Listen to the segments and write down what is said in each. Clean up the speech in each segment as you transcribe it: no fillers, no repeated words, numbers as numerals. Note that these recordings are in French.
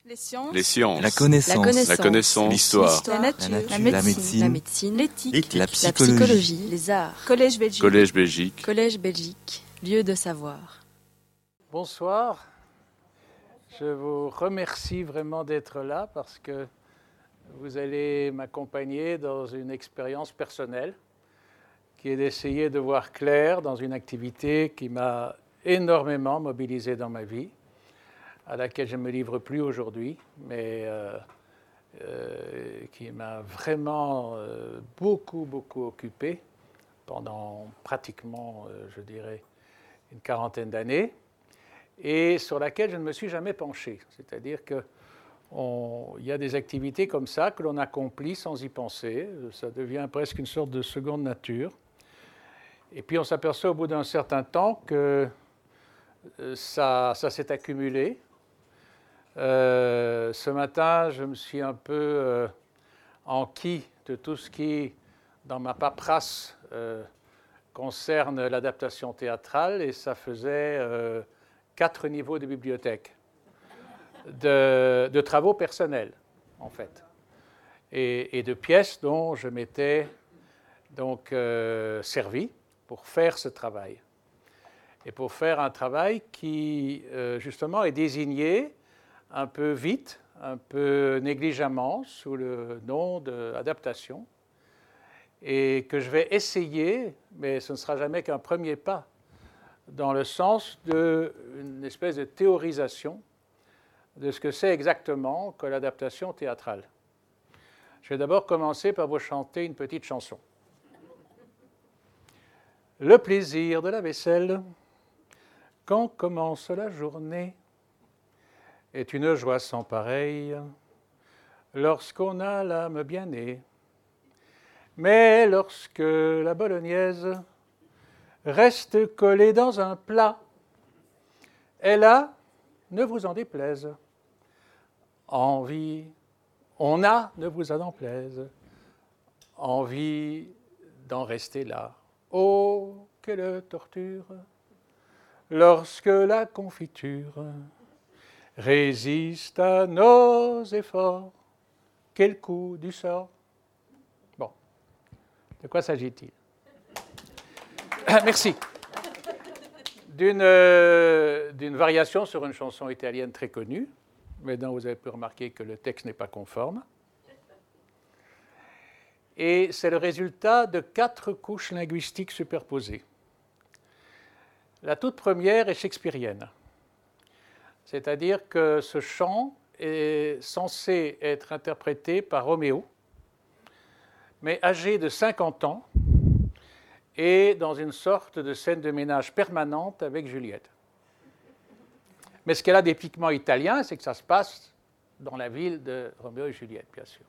Les sciences. La connaissance. L'histoire. La nature. La médecine. L'éthique. La psychologie. Les arts. Collège Belgique. Collège Belgique. Lieu de savoir. Bonsoir. Je vous remercie vraiment d'être là parce que vous allez m'accompagner dans une expérience personnelle qui est d'essayer de voir clair dans une activité qui m'a énormément mobilisé dans ma vie, à laquelle je ne me livre plus aujourd'hui, mais qui m'a vraiment beaucoup occupé pendant pratiquement, je dirais, une quarantaine d'années, et sur laquelle je ne me suis jamais penché. C'est-à-dire qu'il y a des activités comme ça que l'on accomplit sans y penser. Ça devient presque une sorte de seconde nature. Et puis on s'aperçoit au bout d'un certain temps que ça s'est accumulé. Ce matin, je me suis un peu enquis de tout ce qui, dans ma paperasse, concerne l'adaptation théâtrale, et ça faisait 4 niveaux de bibliothèque, de travaux personnels, en fait, et de pièces dont je m'étais donc servi pour faire ce travail. Et pour faire un travail qui, justement, est désigné un peu vite, un peu négligemment, sous le nom d'adaptation, et que je vais essayer, mais ce ne sera jamais qu'un premier pas, dans le sens d'une espèce de théorisation de ce que c'est exactement que l'adaptation théâtrale. Je vais d'abord commencer par vous chanter une petite chanson. Le plaisir de la vaisselle, quand commence la journée, est une joie sans pareille lorsqu'on a l'âme bien née. Mais lorsque la bolognaise reste collée dans un plat, elle a, ne vous en déplaise, envie, on a, ne vous en plaise, envie d'en rester là. Oh, quelle torture, lorsque la confiture résiste à nos efforts. Quel coup du sort? Bon, de quoi s'agit-il? Merci. D'une variation sur une chanson italienne très connue, mais dont vous avez pu remarquer que le texte n'est pas conforme. Et c'est le résultat de 4 couches linguistiques superposées. La toute première est shakespearienne. C'est-à-dire que ce chant est censé être interprété par Roméo, mais âgé de 50 ans, et dans une sorte de scène de ménage permanente avec Juliette. Mais ce qu'elle a d'épiquement italien, c'est que ça se passe dans la ville de Roméo et Juliette, bien sûr.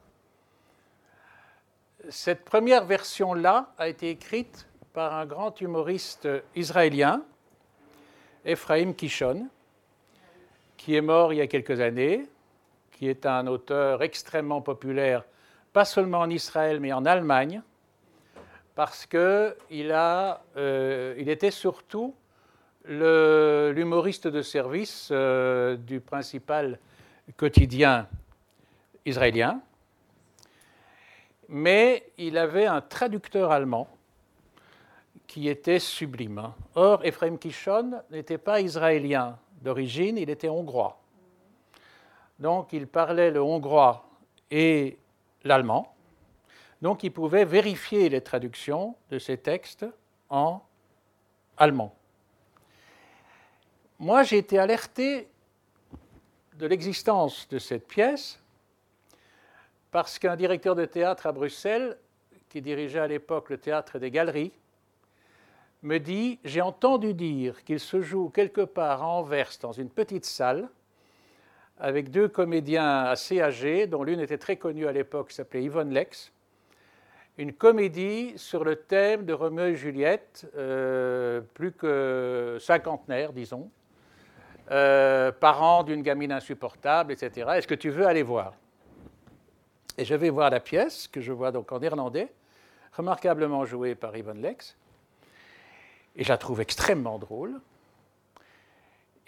Cette première version-là a été écrite par un grand humoriste israélien, Ephraim Kishon, qui est mort il y a quelques années, qui est un auteur extrêmement populaire, pas seulement en Israël, mais en Allemagne, parce qu'il était surtout l'humoriste de service du principal quotidien israélien, mais il avait un traducteur allemand qui était sublime. Or, Ephraim Kishon n'était pas israélien d'origine, il était hongrois. Donc, il parlait le hongrois et l'allemand. Donc, il pouvait vérifier les traductions de ces textes en allemand. Moi, j'ai été alerté de l'existence de cette pièce parce qu'un directeur de théâtre à Bruxelles, qui dirigeait à l'époque le théâtre des Galeries, me dit « J'ai entendu dire qu'il se joue quelque part à Anvers dans une petite salle avec 2 comédiens assez âgés, dont l'une était très connue à l'époque, qui s'appelait Yvonne Lex, une comédie sur le thème de Roméo et Juliette, plus que cinquantenaire, disons, parents d'une gamine insupportable, etc. Est-ce que tu veux aller voir ?» Et je vais voir la pièce, que je vois donc en néerlandais, remarquablement jouée par Yvonne Lex, et je la trouve extrêmement drôle.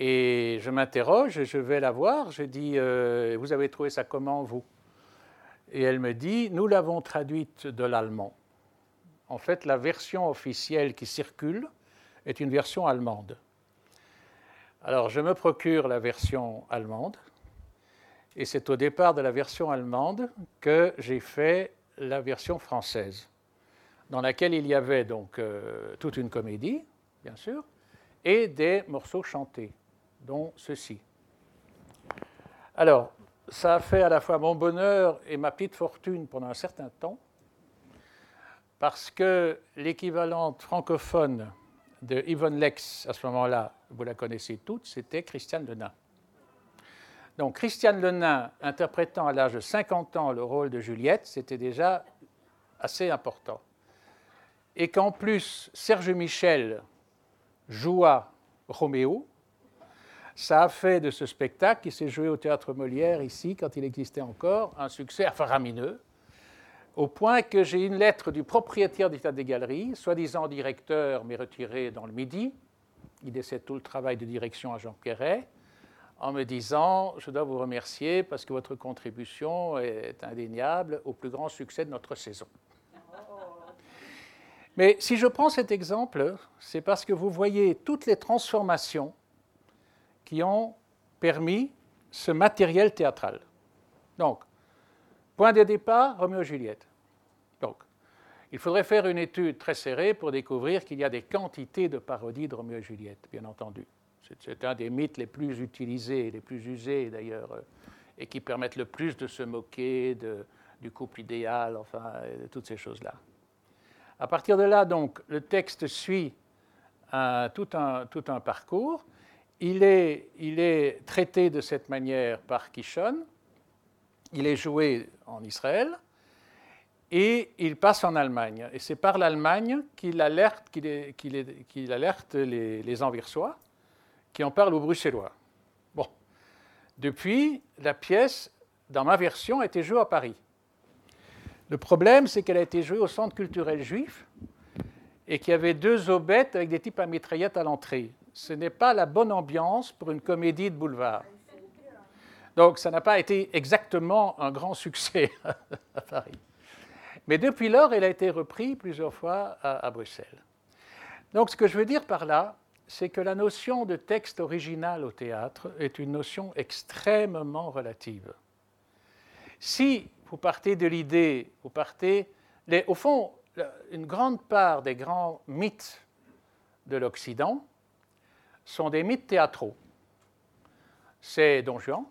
Et je m'interroge, je vais la voir, je dis « Vous avez trouvé ça comment, vous ?» Et elle me dit « Nous l'avons traduite de l'allemand. » En fait, la version officielle qui circule est une version allemande. Alors, je me procure la version allemande, et c'est au départ de la version allemande que j'ai fait la version française, dans laquelle il y avait donc toute une comédie, bien sûr, et des morceaux chantés, dont ceci. Alors, ça a fait à la fois mon bonheur et ma petite fortune pendant un certain temps, parce que l'équivalente francophone de Yvonne Lex, à ce moment-là, vous la connaissez toutes, c'était Christiane Le Nain. Donc, Christiane Le Nain, interprétant à l'âge de 50 ans le rôle de Juliette, c'était déjà assez important. Et qu'en plus, Serge Michel joua Roméo, ça a fait de ce spectacle, qui s'est joué au Théâtre Molière, ici, quand il existait encore, un succès faramineux, au point que j'ai une lettre du propriétaire du Théâtre des Galeries, soi-disant directeur, mais retiré dans le Midi. Il laissait tout le travail de direction à Jean Pierret, en me disant « Je dois vous remercier parce que votre contribution est indéniable au plus grand succès de notre saison. » Mais si je prends cet exemple, c'est parce que vous voyez toutes les transformations qui ont permis ce matériel théâtral. Donc, point de départ, Roméo et Juliette. Donc, il faudrait faire une étude très serrée pour découvrir qu'il y a des quantités de parodies de Roméo et Juliette, bien entendu. C'est un des mythes les plus utilisés, les plus usés d'ailleurs, et qui permettent le plus de se moquer du couple idéal, enfin, de toutes ces choses-là. À partir de là, donc, le texte suit tout un parcours. Il est traité de cette manière par Kishon. Il est joué en Israël et il passe en Allemagne. Et c'est par l'Allemagne qu'il alerte les Anversois qui en parlent aux Bruxellois. Bon. Depuis, la pièce, dans ma version, a été jouée à Paris. Le problème, c'est qu'elle a été jouée au Centre culturel juif et qu'il y avait 2 aubettes avec des types à mitraillettes à l'entrée. Ce n'est pas la bonne ambiance pour une comédie de boulevard. Donc, ça n'a pas été exactement un grand succès à Paris. Mais depuis lors, elle a été reprise plusieurs fois à Bruxelles. Donc, ce que je veux dire par là, c'est que la notion de texte original au théâtre est une notion extrêmement relative. Si vous partez de l'idée, au fond, une grande part des grands mythes de l'Occident sont des mythes théâtraux. C'est Don Juan,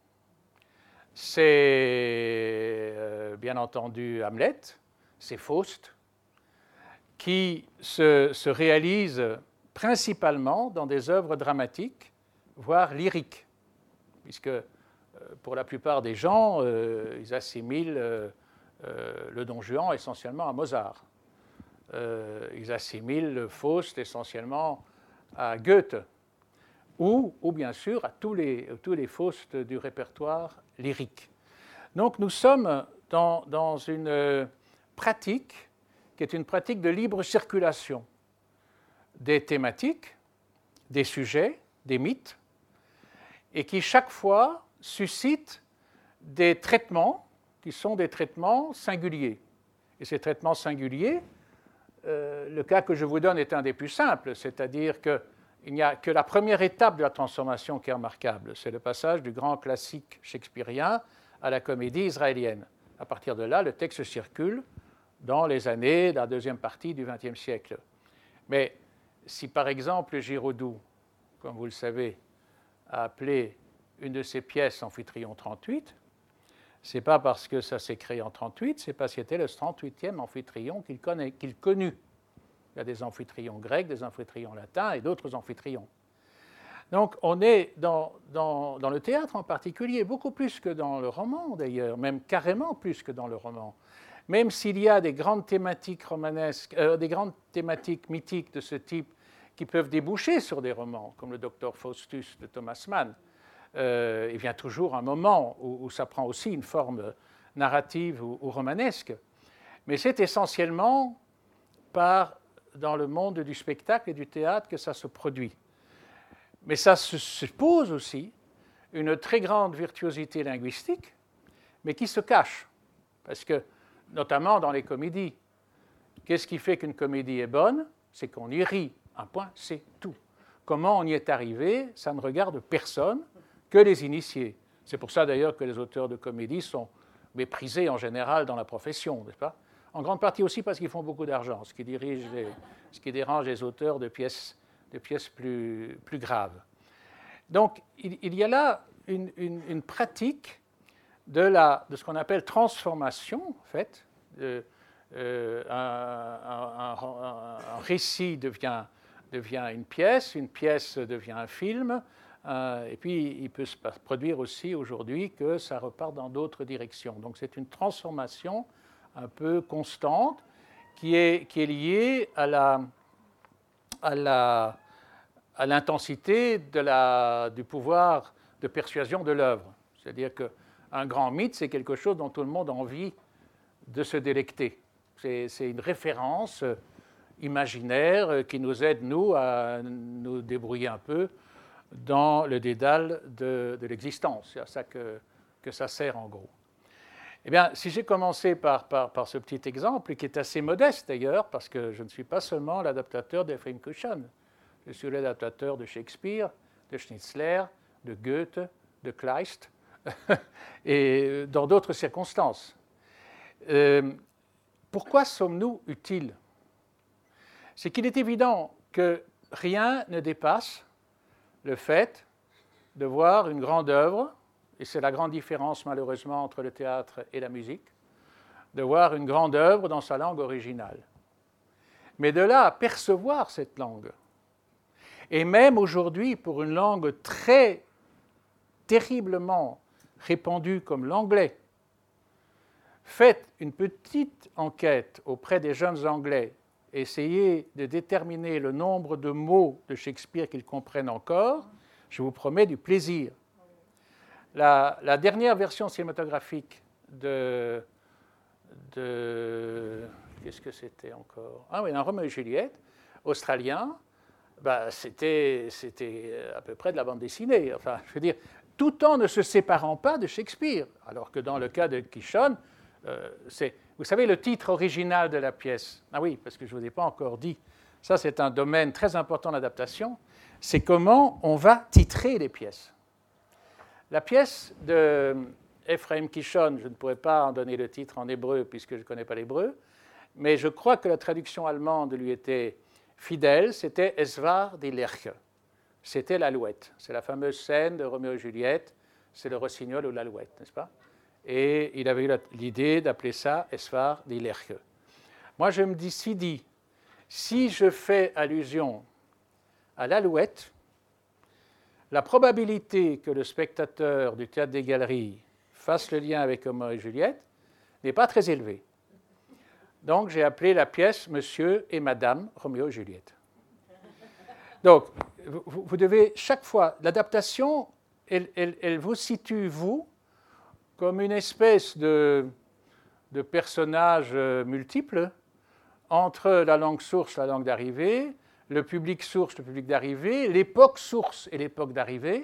c'est bien entendu Hamlet, c'est Faust, qui se réalisent principalement dans des œuvres dramatiques, voire lyriques, puisque pour la plupart des gens, ils assimilent le Don Juan essentiellement à Mozart. Ils assimilent le Faust essentiellement à Goethe, ou bien sûr à tous les Faust du répertoire lyrique. Donc nous sommes dans une pratique qui est une pratique de libre circulation des thématiques, des sujets, des mythes, et qui chaque fois suscite des traitements qui sont des traitements singuliers. Et ces traitements singuliers, le cas que je vous donne est un des plus simples, c'est-à-dire qu'il n'y a que la première étape de la transformation qui est remarquable, c'est le passage du grand classique shakespearien à la comédie israélienne. À partir de là, le texte circule dans les années de la deuxième partie du XXe siècle. Mais si par exemple Giraudoux, comme vous le savez, a appelé une de ses pièces Amphitryon 38, ce n'est pas parce que ça s'est créé en 38, c'est parce que c'était le 38e Amphitryon qu'il connut. Il y a des Amphitryon grecs, des Amphitryon latins et d'autres Amphitryon. Donc on est dans le théâtre en particulier, beaucoup plus que dans le roman d'ailleurs, même carrément plus que dans le roman. Même s'il y a des grandes thématiques romanesques, des grandes thématiques mythiques de ce type qui peuvent déboucher sur des romans, comme le Docteur Faustus de Thomas Mann, il vient toujours un moment où ça prend aussi une forme narrative ou romanesque. Mais c'est essentiellement dans le monde du spectacle et du théâtre que ça se produit. Mais ça suppose aussi une très grande virtuosité linguistique, mais qui se cache. Parce que, notamment dans les comédies, qu'est-ce qui fait qu'une comédie est bonne? C'est qu'on y rit. Un point, c'est tout. Comment on y est arrivé, ça ne regarde personne que les initiés. C'est pour ça d'ailleurs que les auteurs de comédie sont méprisés en général dans la profession, n'est-ce pas? En grande partie aussi parce qu'ils font beaucoup d'argent, ce qui dérange les auteurs de pièces plus graves. Donc il y a là une pratique de ce qu'on appelle transformation, en fait. Un récit devient une pièce devient un film, et puis il peut se produire aussi aujourd'hui que ça repart dans d'autres directions. Donc c'est une transformation un peu constante qui est liée à l'intensité du pouvoir de persuasion de l'œuvre. C'est-à-dire qu'un grand mythe, c'est quelque chose dont tout le monde a envie de se délecter. C'est une référence imaginaire qui nous aide, nous, à nous débrouiller un peu dans le dédale de l'existence. C'est à ça que ça sert, en gros. Eh bien, si j'ai commencé par ce petit exemple, qui est assez modeste d'ailleurs, parce que je ne suis pas seulement l'adaptateur d'Ephraim Kushon, je suis l'adaptateur de Shakespeare, de Schnitzler, de Goethe, de Kleist, et dans d'autres circonstances. Pourquoi sommes-nous utiles? C'est qu'il est évident que rien ne dépasse le fait de voir une grande œuvre, et c'est la grande différence malheureusement entre le théâtre et la musique, de voir une grande œuvre dans sa langue originale. Mais de là à percevoir cette langue, et même aujourd'hui pour une langue très terriblement répandue comme l'anglais, faites une petite enquête auprès des jeunes Anglais, essayez de déterminer le nombre de mots de Shakespeare qu'ils comprennent encore, je vous promets du plaisir. La dernière version cinématographique de qu'est-ce que c'était encore? Ah oui, un Roméo et Juliette, australien, c'était à peu près de la bande dessinée. Enfin, je veux dire, tout en ne se séparant pas de Shakespeare, alors que dans le cas de Kishon, vous savez, le titre original de la pièce, ah oui, parce que je ne vous ai pas encore dit, ça c'est un domaine très important d'adaptation, c'est comment on va titrer les pièces. La pièce de Ephraim Kishon, je ne pourrais pas en donner le titre en hébreu puisque je ne connais pas l'hébreu, mais je crois que la traduction allemande lui était fidèle, c'était Es war die Lerche, c'était l'alouette. C'est la fameuse scène de Roméo et Juliette, c'est le rossignol ou l'alouette, n'est-ce pas? Et il avait eu l'idée d'appeler ça Es war die Lerche. Moi, je me dis, si je fais allusion à l'alouette, la probabilité que le spectateur du Théâtre des Galeries fasse le lien avec Roméo et Juliette n'est pas très élevée. Donc, j'ai appelé la pièce Monsieur et Madame Roméo et Juliette. Donc, vous devez, chaque fois, l'adaptation, elle vous situe, vous, comme une espèce de personnage multiple entre la langue source, la langue d'arrivée, le public source, le public d'arrivée, l'époque source et l'époque d'arrivée,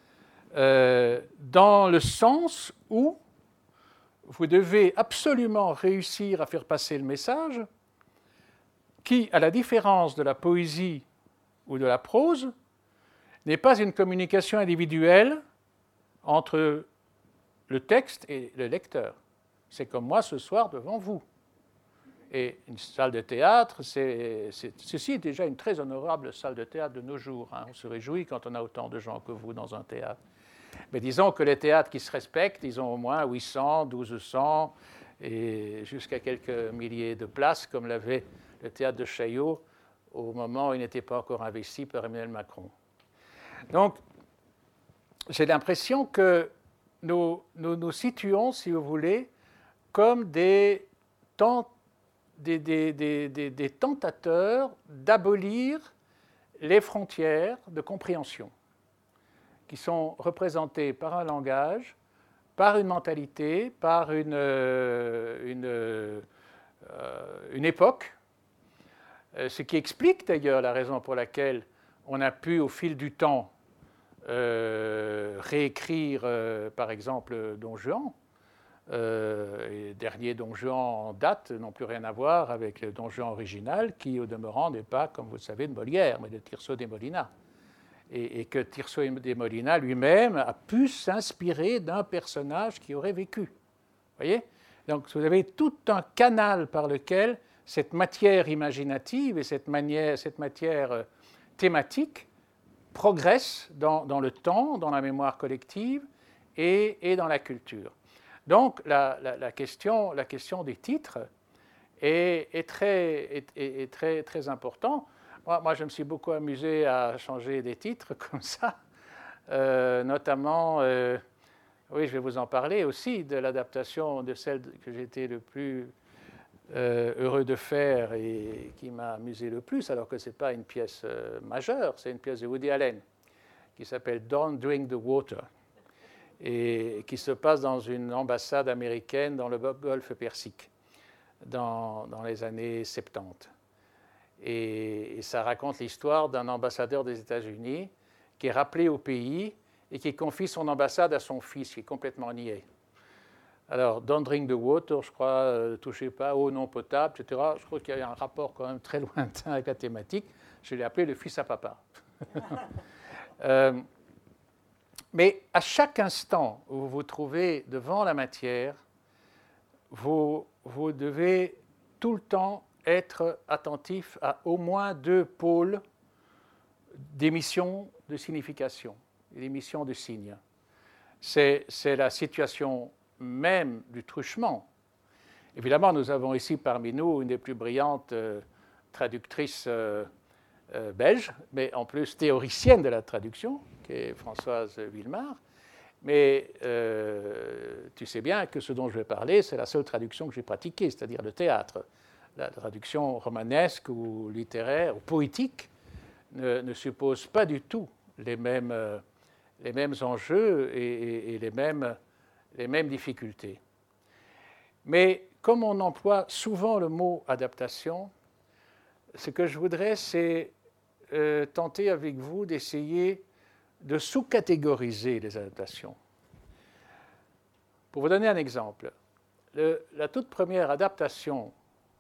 dans le sens où vous devez absolument réussir à faire passer le message qui, à la différence de la poésie ou de la prose, n'est pas une communication individuelle entre le texte et le lecteur. C'est comme moi ce soir devant vous. Et une salle de théâtre, ceci est déjà une très honorable salle de théâtre de nos jours. Hein. On se réjouit quand on a autant de gens que vous dans un théâtre. Mais disons que les théâtres qui se respectent, ils ont au moins 800, 1200 et jusqu'à quelques milliers de places, comme l'avait le théâtre de Chaillot au moment où il n'était pas encore investi par Emmanuel Macron. Donc, j'ai l'impression que nous nous situons, si vous voulez, comme des tentateurs d'abolir les frontières de compréhension qui sont représentées par un langage, par une mentalité, par une époque, ce qui explique d'ailleurs la raison pour laquelle on a pu, au fil du temps, réécrire, par exemple, Don Juan. Les derniers Don Juan en date n'ont plus rien à voir avec le Don Juan original, qui, au demeurant, n'est pas, comme vous le savez, de Molière, mais de Tirso de Molina. Et que Tirso de Molina lui-même a pu s'inspirer d'un personnage qui aurait vécu. Vous voyez ? Donc, vous avez tout un canal par lequel cette matière imaginative et cette matière thématique progresse dans le temps, dans la mémoire collective et dans la culture. Donc, la question des titres est très importante. Moi, je me suis beaucoup amusé à changer des titres comme ça, notamment, oui, je vais vous en parler aussi, de l'adaptation de celle que j'ai été le plus heureux de faire et qui m'a amusé le plus, alors que ce n'est pas une pièce majeure, c'est une pièce de Woody Allen qui s'appelle Don't Drink the Water et qui se passe dans une ambassade américaine dans le golfe Persique dans les années 70. Et ça raconte l'histoire d'un ambassadeur des États-Unis qui est rappelé au pays et qui confie son ambassade à son fils, qui est complètement niais. Alors, Don't Drink the Water, je crois, touchez pas, eau non potable, etc. Je crois qu'il y a un rapport quand même très lointain avec la thématique. Je l'ai appelé le fils à papa. Mais à chaque instant où vous vous trouvez devant la matière, vous devez tout le temps être attentif à au moins deux pôles d'émission de signification, d'émission de signes. C'est la situation même du truchement. Évidemment, nous avons ici parmi nous une des plus brillantes traductrices belges, mais en plus théoricienne de la traduction, qui est Françoise Wilmar. Mais tu sais bien que ce dont je vais parler, c'est la seule traduction que j'ai pratiquée, c'est-à-dire le théâtre. La traduction romanesque ou littéraire ou poétique ne suppose pas du tout les mêmes enjeux et les mêmes difficultés. Mais comme on emploie souvent le mot adaptation, ce que je voudrais, c'est tenter avec vous d'essayer de sous-catégoriser les adaptations. Pour vous donner un exemple, la toute première adaptation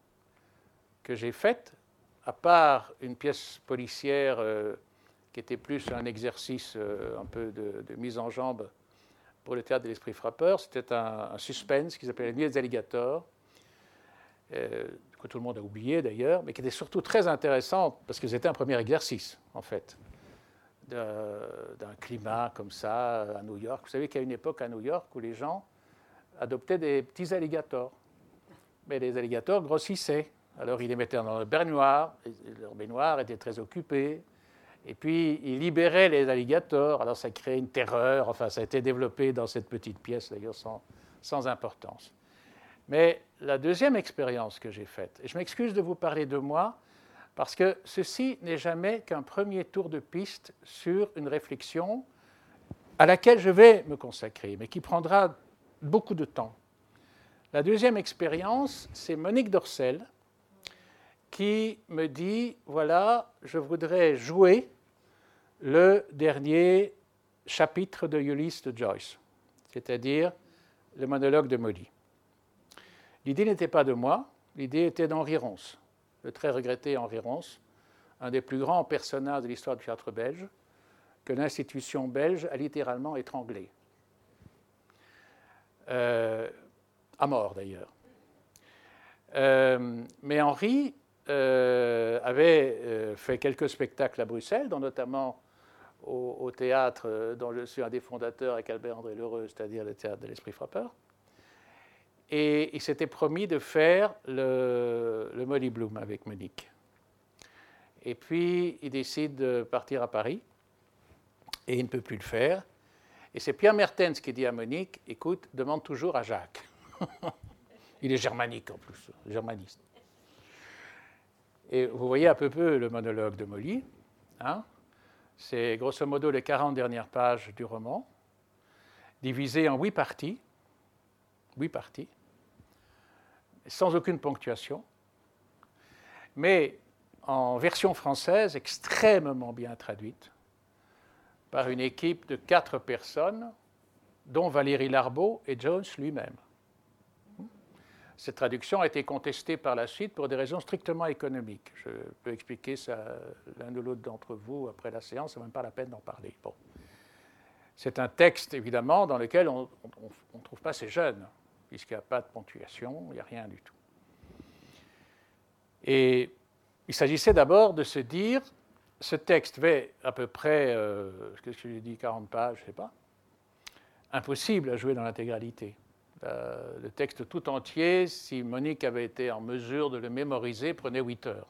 que j'ai faite, à part une pièce policière qui était plus un exercice un peu de mise en jambe pour le théâtre de l'Esprit Frappeur, c'était un suspense qui s'appelait La Nuit des Alligators, que tout le monde a oublié d'ailleurs, mais qui était surtout très intéressante parce que c'était un premier exercice, en fait, d'un climat comme ça à New York. Vous savez qu'il y a une époque à New York où les gens adoptaient des petits alligators, mais les alligators grossissaient. Alors, ils les mettaient dans leur baignoire, leur baignoire était très occupée, et puis ils libéraient les alligators, alors ça créait une terreur, enfin ça a été développé dans cette petite pièce, d'ailleurs sans importance. Mais la deuxième expérience que j'ai faite, et je m'excuse de vous parler de moi, parce que ceci n'est jamais qu'un premier tour de piste sur une réflexion à laquelle je vais me consacrer, mais qui prendra beaucoup de temps. La deuxième expérience, c'est Monique Dorcel, qui me dit, voilà, je voudrais jouer le dernier chapitre de Ulysse de Joyce, c'est-à-dire le monologue de Molly. L'idée n'était pas de moi, l'idée était d'Henri Ronce, le très regretté Henri Ronce, un des plus grands personnages de l'histoire du théâtre belge, que l'institution belge a littéralement étranglé. À mort d'ailleurs. Mais Henri avait fait quelques spectacles à Bruxelles, dont notamment au théâtre dont je suis un des fondateurs avec Albert-André Lheureux, c'est-à-dire le théâtre de l'Esprit Frappeur. Et il s'était promis de faire le Molly Bloom avec Monique. Et puis, il décide de partir à Paris, et il ne peut plus le faire. Et c'est Pierre Mertens qui dit à Monique, écoute, demande toujours à Jacques. Il est germanique en plus, germaniste. Et vous voyez à peu le monologue de Molly. Hein? C'est grosso modo les 40 dernières pages du roman, divisées en 8 parties, sans aucune ponctuation, mais en version française extrêmement bien traduite, par une équipe de 4 personnes, dont Valéry Larbaud et Jones lui-même. Cette traduction a été contestée par la suite pour des raisons strictement économiques. Je peux expliquer ça l'un ou l'autre d'entre vous après la séance, ce n'est même pas la peine d'en parler. Bon. C'est un texte, évidemment, dans lequel on ne trouve pas ces jeunes, puisqu'il n'y a pas de ponctuation, il n'y a rien du tout. Et il s'agissait d'abord de se dire, ce texte fait à peu près, qu'est-ce que j'ai dit, 40 pages, je ne sais pas, impossible à jouer dans l'intégralité. Le texte tout entier, si Monique avait été en mesure de le mémoriser, prenait 8 heures.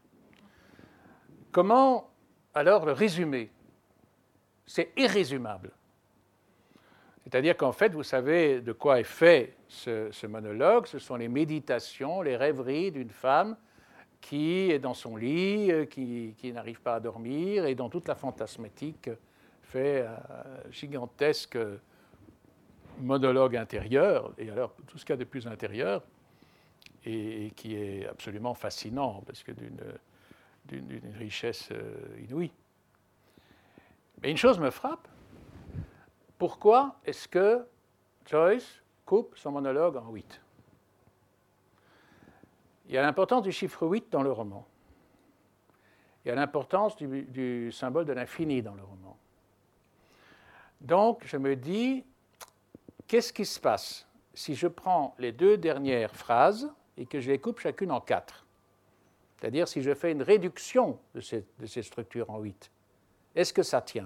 Comment alors le résumer? C'est irrésumable. C'est-à-dire qu'en fait, vous savez de quoi est fait ce monologue. Ce sont les méditations, les rêveries d'une femme qui est dans son lit, qui n'arrive pas à dormir, et dont toute la fantasmatique fait un gigantesque monologue intérieur, et alors tout ce qu'il y a de plus intérieur, et qui est absolument fascinant, parce que d'une richesse inouïe. Mais une chose me frappe, pourquoi est-ce que Joyce coupe son monologue en 8 ? Il y a l'importance du chiffre 8 dans le roman. Il y a l'importance du symbole de l'infini dans le roman. Donc, je me dis, qu'est-ce qui se passe si je prends les 2 dernières phrases et que je les coupe chacune en 4 ? C'est-à-dire si je fais une réduction de ces structures en 8. Est-ce que ça tient ?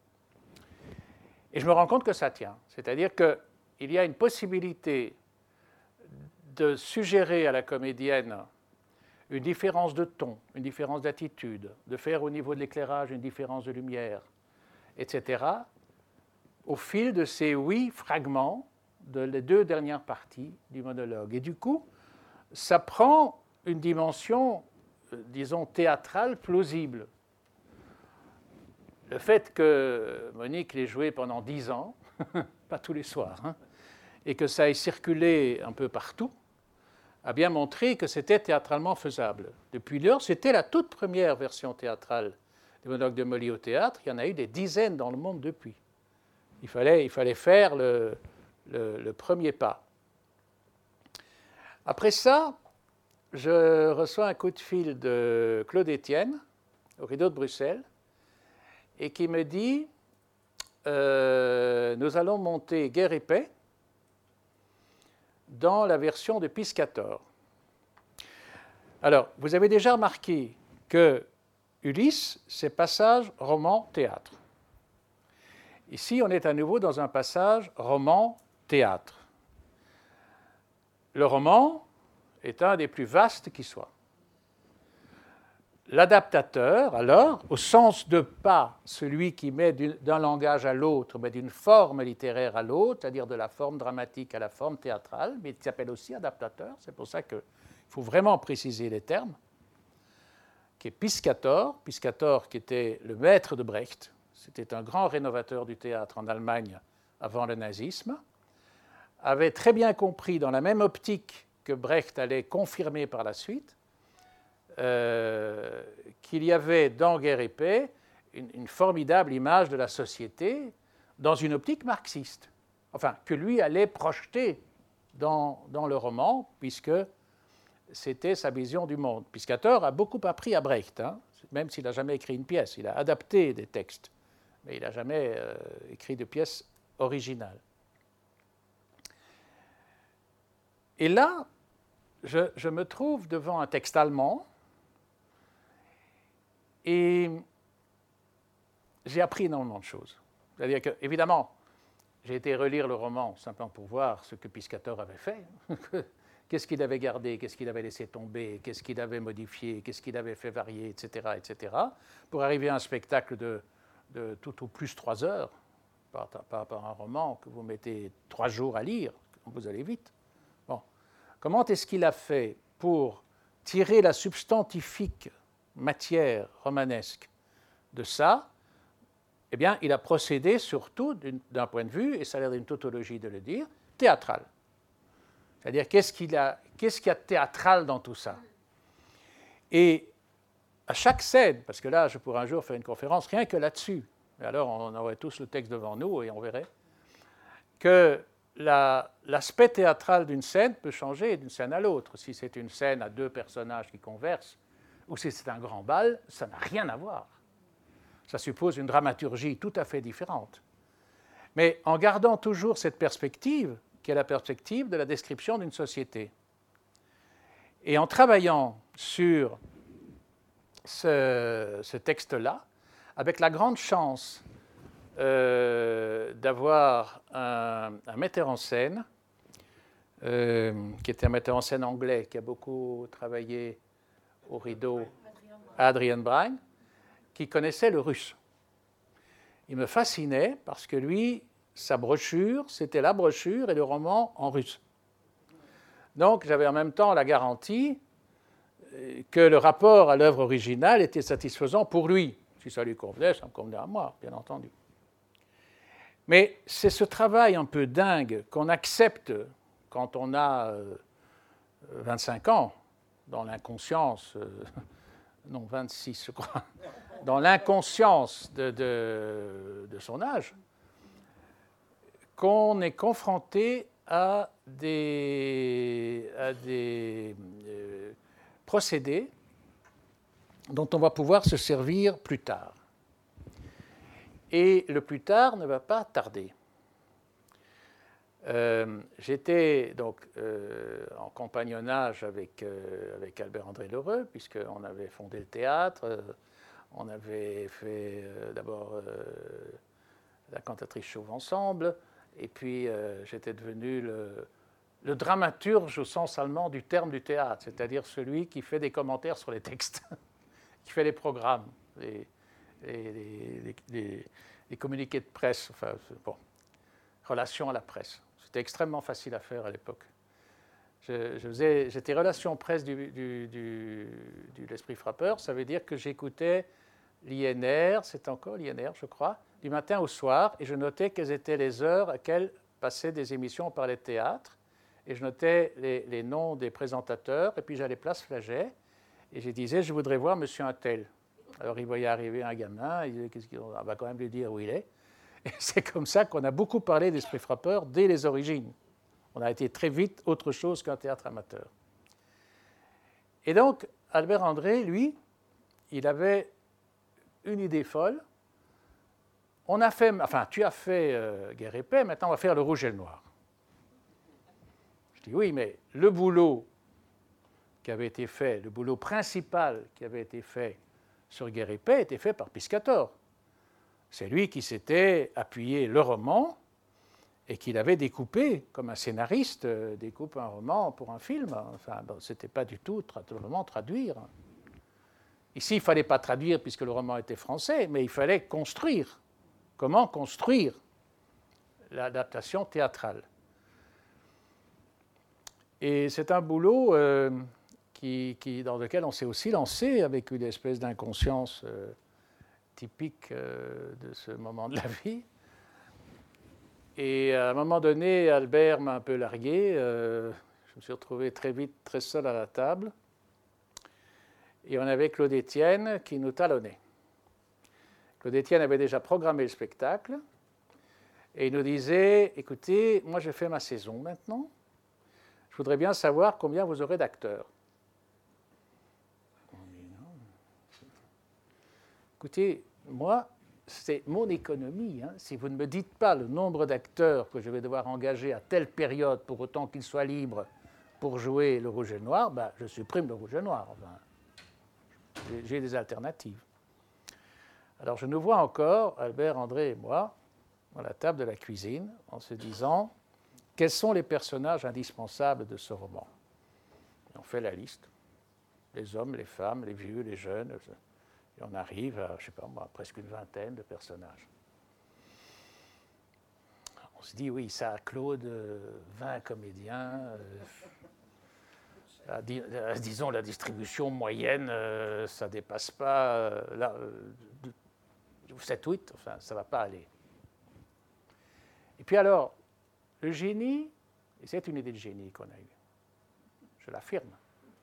Et je me rends compte que ça tient. C'est-à-dire qu'il y a une possibilité de suggérer à la comédienne une différence de ton, une différence d'attitude, de faire au niveau de l'éclairage une différence de lumière, etc., au fil de ces 8 fragments de les 2 dernières parties du monologue. Et du coup, ça prend une dimension, disons, théâtrale plausible. Le fait que Monique l'ait joué pendant 10 ans, pas tous les soirs, hein, et que ça ait circulé un peu partout, a bien montré que c'était théâtralement faisable. Depuis lors, c'était la toute première version théâtrale du monologue de Molly au théâtre. Il y en a eu des dizaines dans le monde depuis. Il fallait faire le premier pas. Après ça, je reçois un coup de fil de Claude Etienne, au Rideau de Bruxelles, et qui me dit nous allons monter Guerre et paix dans la version de Piscator. Alors, vous avez déjà remarqué que Ulysse, c'est passage roman-théâtre. Ici, on est à nouveau dans un passage roman-théâtre. Le roman est un des plus vastes qui soit. L'adaptateur, alors, au sens de pas celui qui met d'un langage à l'autre, mais d'une forme littéraire à l'autre, c'est-à-dire de la forme dramatique à la forme théâtrale, mais il s'appelle aussi adaptateur, c'est pour ça qu'il faut vraiment préciser les termes, qui est Piscator qui était le maître de Brecht, c'était un grand rénovateur du théâtre en Allemagne avant le nazisme, avait très bien compris, dans la même optique que Brecht allait confirmer par la suite, qu'il y avait dans Guerre et paix une formidable image de la société dans une optique marxiste, enfin, que lui allait projeter dans le roman, puisque c'était sa vision du monde. Piscator a beaucoup appris à Brecht, hein, même s'il n'a jamais écrit une pièce, il a adapté des textes, mais il n'a jamais écrit de pièce originale. Et là, je me trouve devant un texte allemand, et j'ai appris énormément de choses. C'est-à-dire que, évidemment, j'ai été relire le roman simplement pour voir ce que Piscator avait fait. Qu'est-ce qu'il avait gardé, qu'est-ce qu'il avait laissé tomber, qu'est-ce qu'il avait modifié, qu'est-ce qu'il avait fait varier, etc., etc., pour arriver à un spectacle de tout au plus 3 heures, par rapport à un roman que vous mettez 3 jours à lire, vous allez vite. Bon. Comment est-ce qu'il a fait pour tirer la substantifique matière romanesque de ça? Eh bien, il a procédé surtout d'un point de vue, et ça a l'air d'une tautologie de le dire, théâtral. C'est-à-dire, qu'est-ce qu'il y a de théâtral dans tout ça? Et à chaque scène, parce que là, je pourrais un jour faire une conférence rien que là-dessus, mais alors on aurait tous le texte devant nous et on verrait, que l'aspect théâtral d'une scène peut changer d'une scène à l'autre. Si c'est une scène à deux personnages qui conversent, ou si c'est un grand bal, ça n'a rien à voir. Ça suppose une dramaturgie tout à fait différente. Mais en gardant toujours cette perspective, qui est la perspective de la description d'une société. Et en travaillant sur ce texte-là, avec la grande chance d'avoir un metteur en scène, qui était un metteur en scène anglais, qui a beaucoup travaillé au rideau, Adrian Bryan, qui connaissait le russe. Il me fascinait parce que lui, sa brochure, c'était la brochure et le roman en russe. Donc j'avais en même temps la garantie que le rapport à l'œuvre originale était satisfaisant pour lui. Si ça lui convenait, ça me convenait à moi, bien entendu. Mais c'est ce travail un peu dingue qu'on accepte quand on a 25 ans, dans l'inconscience, non 26 je crois, dans l'inconscience de son âge, qu'on est confronté à des procédés dont on va pouvoir se servir plus tard. Et le plus tard ne va pas tarder. J'étais donc en compagnonnage avec Albert-André Lheureux, puisqu'on avait fondé le théâtre, on avait fait d'abord la cantatrice chauve ensemble, et puis j'étais devenu le dramaturge au sens allemand du terme du théâtre, c'est-à-dire celui qui fait des commentaires sur les textes, qui fait les programmes, les communiqués de presse, enfin, bon, relations à la presse. C'était extrêmement facile à faire à l'époque. J'étais relation presse de l'Esprit frappeur, ça veut dire que j'écoutais l'INR, c'est encore l'INR, je crois, du matin au soir, et je notais quelles étaient les heures à laquelle passaient des émissions, on parlait de théâtre, et je notais les noms des présentateurs, et puis j'allais place Flaget, et je disais, je voudrais voir monsieur Untel. Alors il voyait arriver un gamin, il disait, on va quand même lui dire où il est. Et c'est comme ça qu'on a beaucoup parlé d'Esprit frappeur dès les origines. On a été très vite autre chose qu'un théâtre amateur. Et donc, Albert André, lui, il avait une idée folle. On a fait, enfin, tu as fait Guerre et Paix, maintenant on va faire Le Rouge et le Noir. Je dis oui, mais le boulot qui avait été fait, le boulot principal qui avait été fait sur Guerre et Paix était fait par Piscator. C'est lui qui s'était appuyé le roman et qui l'avait découpé, comme un scénariste découpe un roman pour un film. Enfin, bon, ce n'était pas du tout vraiment traduire. Ici, il ne fallait pas traduire puisque le roman était français, mais il fallait construire. Comment construire l'adaptation théâtrale? Et c'est un boulot dans lequel on s'est aussi lancé avec une espèce d'inconscience typique de ce moment de la vie. Et à un moment donné, Albert m'a un peu largué. Je me suis retrouvé très vite très seul à la table. Et on avait Claude Étienne qui nous talonnait. Claude Étienne avait déjà programmé le spectacle. Et il nous disait, écoutez, moi j'ai fait ma saison maintenant. Je voudrais bien savoir combien vous aurez d'acteurs. Écoutez, moi, c'est mon économie. Hein. Si vous ne me dites pas le nombre d'acteurs que je vais devoir engager à telle période pour autant qu'ils soient libres pour jouer le Rouge et le Noir, ben, je supprime le Rouge et le Noir. Enfin, j'ai des alternatives. Alors je nous vois encore, Albert, André et moi, à la table de la cuisine, en se disant quels sont les personnages indispensables de ce roman. Et on fait la liste. Les hommes, les femmes, les vieux, les jeunes. Et on arrive à, je ne sais pas moi, presque une vingtaine de personnages. On se dit, oui, ça, Claude, 20 comédiens. Disons, la distribution moyenne, ça ne dépasse pas 7-8, enfin, ça ne va pas aller. Et puis alors, le génie, et c'est une idée de génie qu'on a eue, je l'affirme,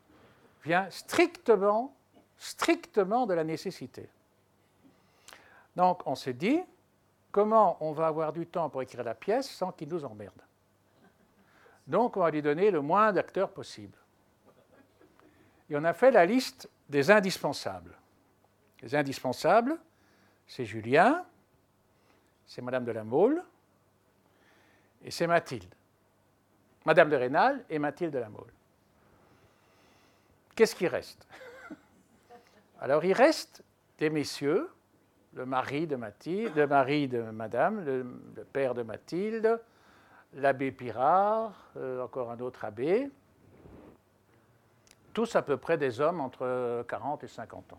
vient strictement de la nécessité. Donc, on s'est dit, comment on va avoir du temps pour écrire la pièce sans qu'il nous emmerde? Donc, on va lui donner le moins d'acteurs possible. Et on a fait la liste des indispensables. Les indispensables, c'est Julien, c'est Madame de la Mole et c'est Mathilde. Madame de Rênal et Mathilde de la Mole. Qu'est-ce qui reste? Alors, il reste des messieurs, le mari de Mathilde, le mari de Madame, le père de Mathilde, l'abbé Pirard, encore un autre abbé, tous à peu près des hommes entre 40 et 50 ans.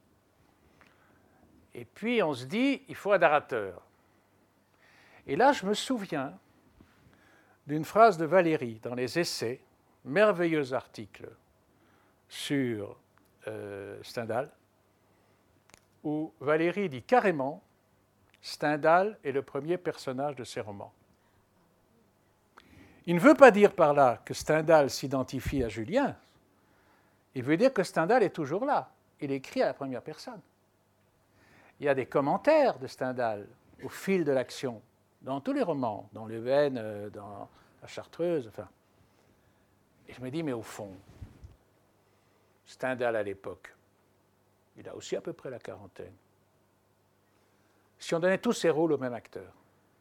Et puis on se dit, il faut un narrateur. Et là, je me souviens d'une phrase de Valérie dans les Essais, merveilleux article sur Stendhal, où Valérie dit carrément Stendhal est le premier personnage de ses romans. Il ne veut pas dire par là que Stendhal s'identifie à Julien, il veut dire que Stendhal est toujours là. Il écrit à la première personne. Il y a des commentaires de Stendhal au fil de l'action, dans tous les romans, dans Le Veine, dans La Chartreuse, enfin. Et je me dis, mais au fond, Stendhal à l'époque, il a aussi à peu près la quarantaine. Si on donnait tous ces rôles au même acteur,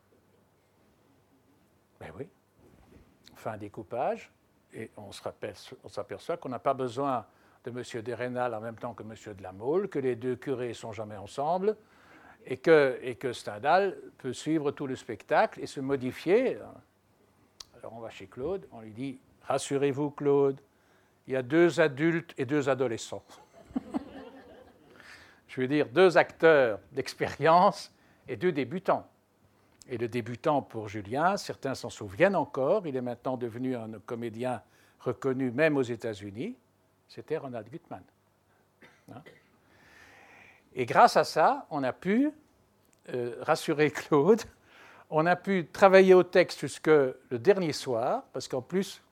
ben oui, on fait un découpage et on s'aperçoit qu'on n'a pas besoin de M. de Rênal en même temps que M. de la Mole, que les deux curés ne sont jamais ensemble et que Stendhal peut suivre tout le spectacle et se modifier. Alors on va chez Claude, on lui dit « Rassurez-vous Claude, il y a 2 adultes et 2 adolescents. » Je veux dire 2 acteurs d'expérience et 2 débutants. Et le débutant pour Julien, certains s'en souviennent encore, il est maintenant devenu un comédien reconnu même aux États-Unis, c'était Ronald Gutman. Et grâce à ça, on a pu rassurer Claude, on a pu travailler au texte jusque le dernier soir, parce qu'en plus,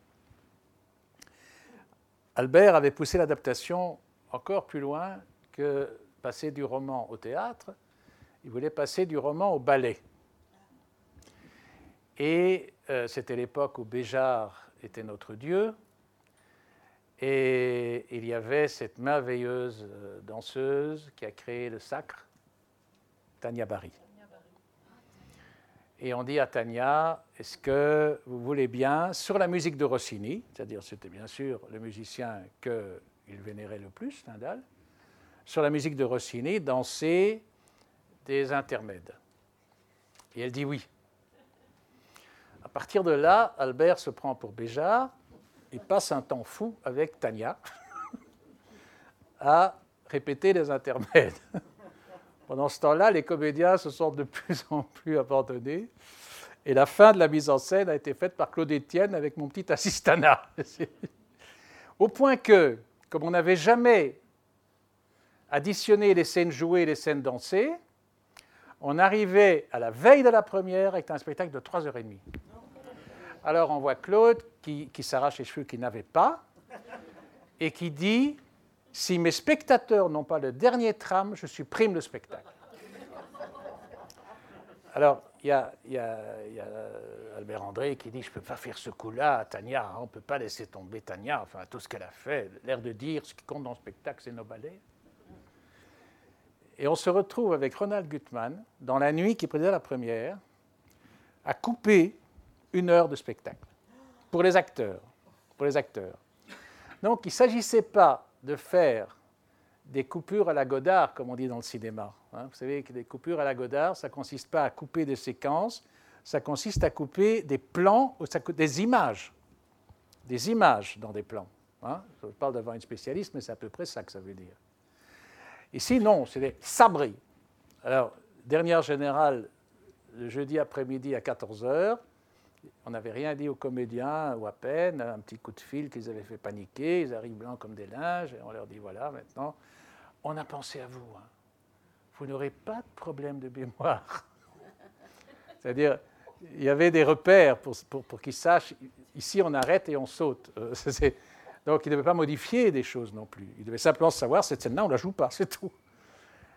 Albert avait poussé l'adaptation encore plus loin que passer du roman au théâtre, il voulait passer du roman au ballet. Et c'était l'époque où Béjart était notre Dieu, et il y avait cette merveilleuse danseuse qui a créé le sacre, Tania Barry. Et on dit à Tania, est-ce que vous voulez bien, sur la musique de Rossini, c'est-à-dire c'était bien sûr le musicien qu'il vénérait le plus, Stendhal, sur la musique de Rossini, danser des intermèdes. Et elle dit oui. À partir de là, Albert se prend pour Béjart et passe un temps fou avec Tania à répéter les intermèdes. Pendant ce temps-là, les comédiens se sont de plus en plus abandonnés et la fin de la mise en scène a été faite par Claude Etienne avec mon petit assistanat. Au point que, comme on n'avait jamais additionné les scènes jouées et les scènes dansées, on arrivait à la veille de la première avec un spectacle de 3h30. Alors on voit Claude qui s'arrache les cheveux qu'il n'avait pas et qui dit « Si mes spectateurs n'ont pas le dernier tram, je supprime le spectacle. » Alors il y a Albert André qui dit « Je ne peux pas faire ce coup-là à Tania, on ne peut pas laisser tomber Tania, enfin tout ce qu'elle a fait, l'air de dire ce qui compte dans le spectacle, c'est nos ballets. » Et on se retrouve avec Ronald Gutman, dans la nuit qui précédait la première, à couper 1 heure de spectacle pour les acteurs. Donc, il ne s'agissait pas de faire des coupures à la Godard, comme on dit dans le cinéma. Vous savez que des coupures à la Godard, ça ne consiste pas à couper des séquences, ça consiste à couper des plans, des images dans des plans. Je parle devant une spécialiste, mais c'est à peu près ça que ça veut dire. Ici, non, c'est des sabris. Alors, dernière générale, le jeudi après-midi à 14h, on n'avait rien dit aux comédiens, ou à peine, un petit coup de fil qu'ils avaient fait paniquer, ils arrivent blancs comme des linges, et on leur dit, voilà, maintenant, on a pensé à vous. Vous n'aurez pas de problème de mémoire. C'est-à-dire, il y avait des repères pour qu'ils sachent, ici on arrête et on saute. Donc, il ne devait pas modifier des choses non plus. Il devait simplement savoir, cette scène-là, on ne la joue pas, c'est tout.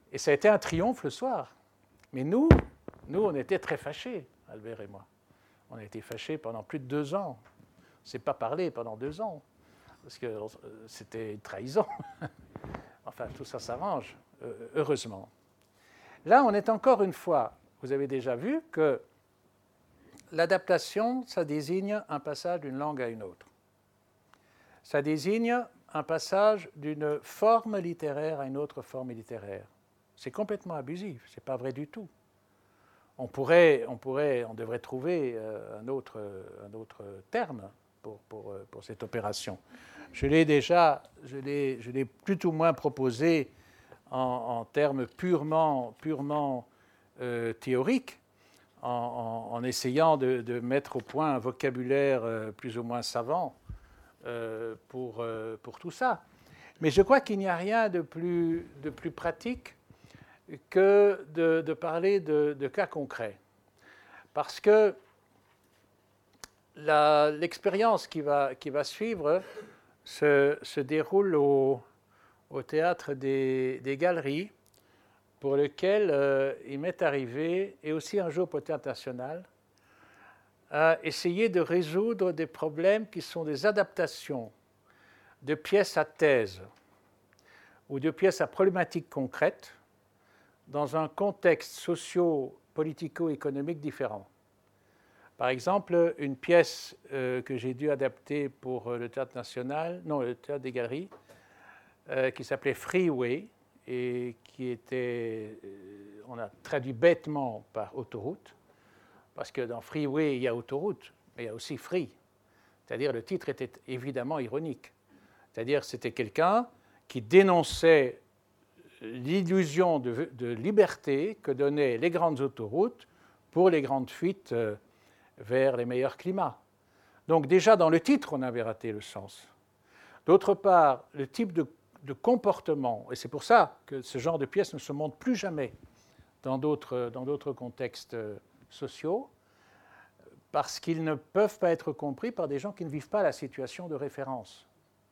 Et ça a été un triomphe le soir. Mais nous, on était très fâchés, Albert et moi. On a été fâchés pendant plus de 2 ans. On ne s'est pas parlé pendant 2 ans, parce que c'était une trahison. Enfin, tout ça s'arrange, heureusement. Là, on est encore une fois, vous avez déjà vu que l'adaptation, ça désigne un passage d'une langue à une autre. Ça désigne un passage d'une forme littéraire à une autre forme littéraire. C'est complètement abusif, ce n'est pas vrai du tout. On devrait trouver un autre terme pour cette opération. Je l'ai plus ou moins proposé en termes purement théoriques, en essayant de mettre au point un vocabulaire plus ou moins savant pour tout ça. Mais je crois qu'il n'y a rien de plus pratique que de parler de cas concrets. Parce que l'expérience qui va suivre se déroule au Théâtre des Galeries, pour lequel il m'est arrivé, et aussi un jour au Théâtre National, à essayer de résoudre des problèmes qui sont des adaptations de pièces à thèse ou de pièces à problématiques concrètes dans un contexte socio-politico-économique différent. Par exemple, une pièce que j'ai dû adapter pour le Théâtre National, non, le Théâtre des Galeries, qui s'appelait Freeway, et qui était, on a traduit bêtement par autoroute, parce que dans Freeway, il y a autoroute, mais il y a aussi free. C'est-à-dire, le titre était évidemment ironique. C'est-à-dire, c'était quelqu'un qui dénonçait l'illusion de liberté que donnaient les grandes autoroutes pour les grandes fuites vers les meilleurs climats. Donc déjà, dans le titre, on avait raté le sens. D'autre part, le type de comportement, et c'est pour ça que ce genre de pièces ne se montre plus jamais dans d'autres contextes sociaux, parce qu'ils ne peuvent pas être compris par des gens qui ne vivent pas la situation de référence.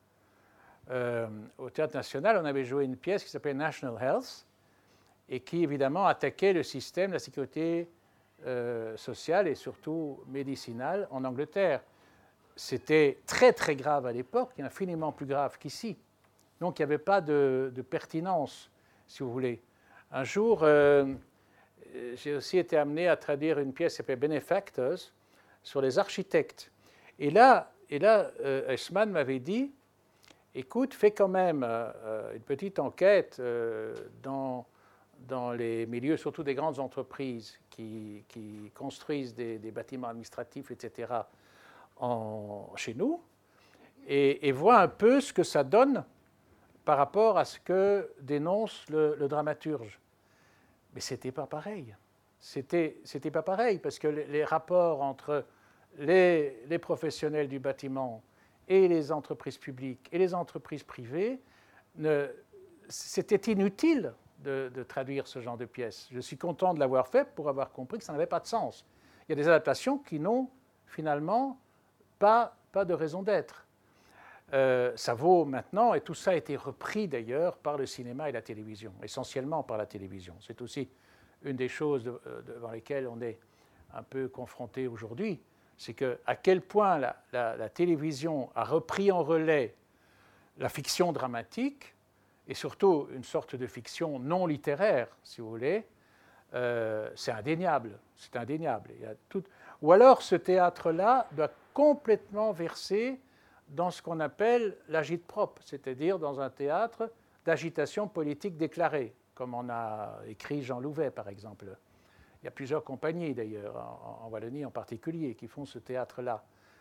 Au Théâtre National, on avait joué une pièce qui s'appelait National Health, et qui évidemment attaquait le système de la sécurité sociale et surtout médicinale en Angleterre. C'était très très grave à l'époque, et infiniment plus grave qu'ici. Donc il n'y avait pas de pertinence, si vous voulez. Un jour, j'ai aussi été amené à traduire une pièce qui s'appelait Benefactors sur les architectes. Et là Eschmann m'avait dit, écoute, fais quand même une petite enquête dans les milieux, surtout des grandes entreprises qui construisent des bâtiments administratifs, etc., chez nous, et vois un peu ce que ça donne par rapport à ce que dénonce le dramaturge. Mais ce n'était pas pareil. C'était pas pareil, parce que les rapports entre les professionnels du bâtiment et les entreprises publiques et les entreprises privées, c'était inutile de traduire ce genre de pièces. Je suis content de l'avoir fait pour avoir compris que ça n'avait pas de sens. Il y a des adaptations qui n'ont finalement pas de raison d'être. Ça vaut maintenant, et tout ça a été repris d'ailleurs par le cinéma et la télévision, essentiellement par la télévision. C'est aussi une des choses devant lesquelles on est un peu confronté aujourd'hui, c'est qu'à quel point la télévision a repris en relais la fiction dramatique, et surtout une sorte de fiction non littéraire, si vous voulez. C'est indéniable. C'est indéniable. Il y a tout... Ou alors ce théâtre-là doit complètement verser dans ce qu'on appelle l'agite-propre, c'est-à-dire dans un théâtre d'agitation politique déclarée, comme en a écrit Jean Louvet, par exemple. Il y a plusieurs compagnies, d'ailleurs, en Wallonie en particulier, qui font ce théâtre-là.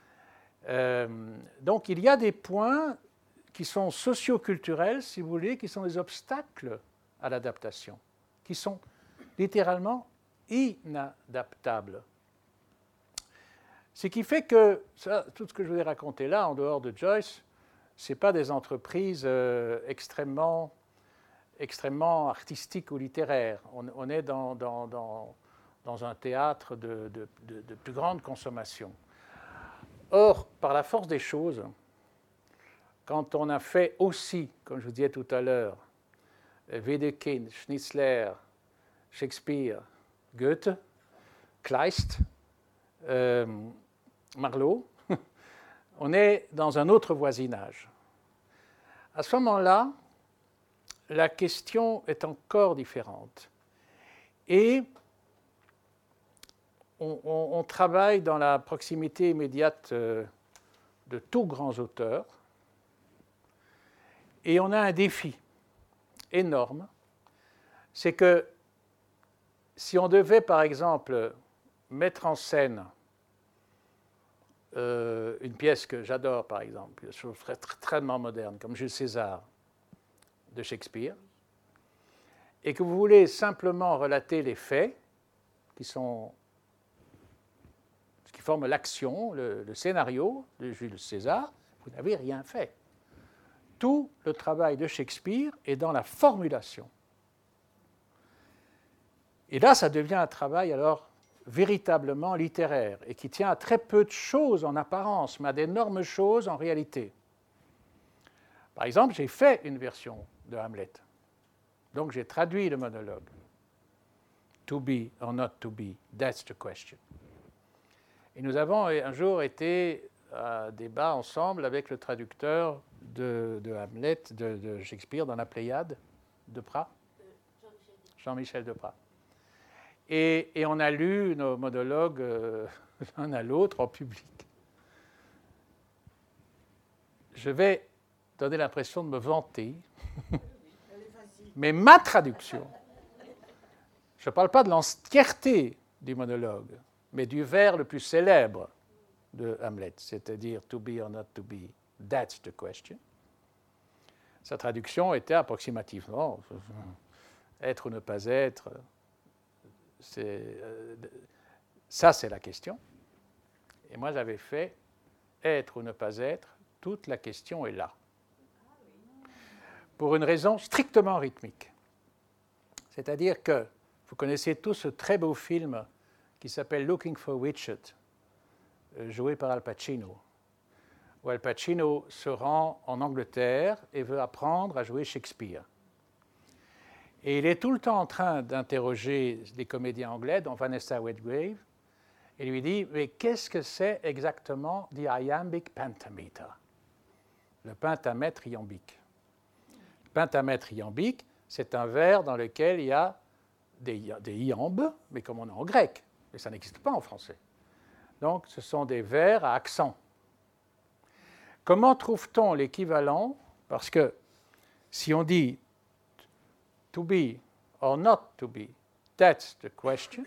Donc il y a des points qui sont socio-culturels, si vous voulez, qui sont des obstacles à l'adaptation, qui sont littéralement inadaptables. Ce qui fait que tout ce que je vous ai raconté là, en dehors de Joyce, ce n'est pas des entreprises extrêmement artistiques ou littéraires. On est dans un théâtre de plus grande consommation. Or, par la force des choses, quand on a fait aussi, comme je vous disais tout à l'heure, Wedekind, Schnitzler, Shakespeare, Goethe, Kleist, Marlowe, on est dans un autre voisinage. À ce moment-là, la question est encore différente. Et on travaille dans la proximité immédiate de tous grands auteurs. Et on a un défi énorme. C'est que si on devait, par exemple, mettre en scène une pièce que j'adore, par exemple, une chose extrêmement moderne, comme Jules César de Shakespeare, et que vous voulez simplement relater les faits qui forment l'action, le scénario de Jules César, vous n'avez rien fait. Tout le travail de Shakespeare est dans la formulation. Et là, ça devient un travail alors véritablement littéraire et qui tient à très peu de choses en apparence, mais à d'énormes choses en réalité. Par exemple, j'ai fait une version de Hamlet. Donc, j'ai traduit le monologue. To be or not to be, that's the question. Et nous avons un jour été à débat ensemble avec le traducteur de Hamlet, de Shakespeare dans la Pléiade, Deprat, Jean-Michel Deprat. Et on a lu nos monologues l'un à l'autre en public. Je vais donner l'impression de me vanter, mais ma traduction, je ne parle pas de l'entièreté du monologue, mais du vers le plus célèbre de Hamlet, c'est-à-dire « to be or not to be, that's the question ». Sa traduction était approximativement « être ou ne pas être ». Ça, c'est la question. Et moi, j'avais fait « être ou ne pas être, toute la question est là ». Pour une raison strictement rythmique. C'est-à-dire que vous connaissez tous ce très beau film qui s'appelle « Looking for Richard », joué par Al Pacino, où Al Pacino se rend en Angleterre et veut apprendre à jouer Shakespeare. Et il est tout le temps en train d'interroger des comédiens anglais, dont Vanessa Redgrave, et lui dit « Mais qu'est-ce que c'est exactement the iambic pentameter ?» Le pentamètre iambique. Le pentamètre iambique, c'est un vers dans lequel il y a des iambes, mais comme on a en grec, mais ça n'existe pas en français. Donc, ce sont des vers à accent. Comment trouve-t-on l'équivalent? Parce que si on dit to be or not to be, that's the question.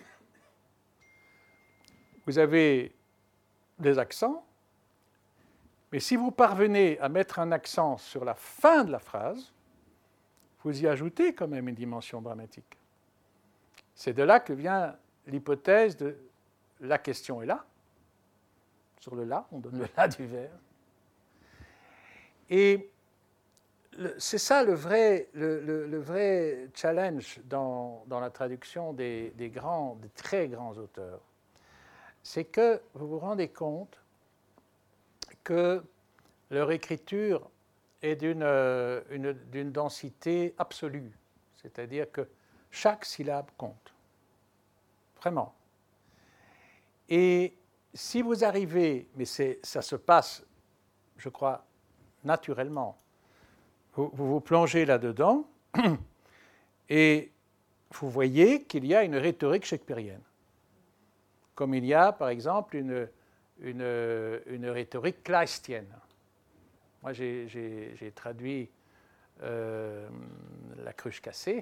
Vous avez des accents, mais si vous parvenez à mettre un accent sur la fin de la phrase, vous y ajoutez quand même une dimension dramatique. C'est de là que vient l'hypothèse de la question est là. Sur le là, on donne le là du vers. Et c'est ça le vrai challenge dans la traduction des très grands auteurs. C'est que vous vous rendez compte que leur écriture est d'une densité absolue. C'est-à-dire que chaque syllabe compte. Vraiment. Et si vous arrivez, mais ça se passe, je crois, naturellement, vous vous plongez là-dedans et vous voyez qu'il y a une rhétorique shakespearienne. Comme il y a, par exemple, une rhétorique kleistienne. Moi, j'ai traduit La cruche cassée.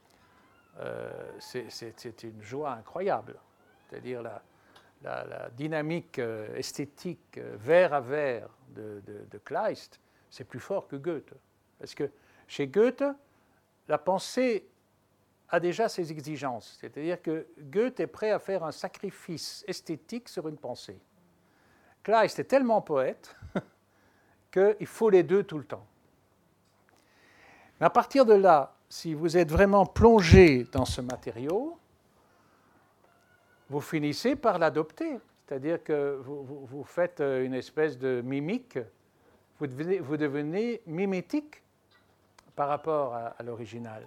C'est une joie incroyable. C'est-à-dire la dynamique esthétique vers à vers de Kleist, c'est plus fort que Goethe. Parce que chez Goethe, la pensée a déjà ses exigences. C'est-à-dire que Goethe est prêt à faire un sacrifice esthétique sur une pensée. Kleist est tellement poète qu'il faut les deux tout le temps. Mais à partir de là, si vous êtes vraiment plongé dans ce matériau, vous finissez par l'adopter. C'est-à-dire que vous faites une espèce de mimique, vous devenez mimétique par rapport à l'original.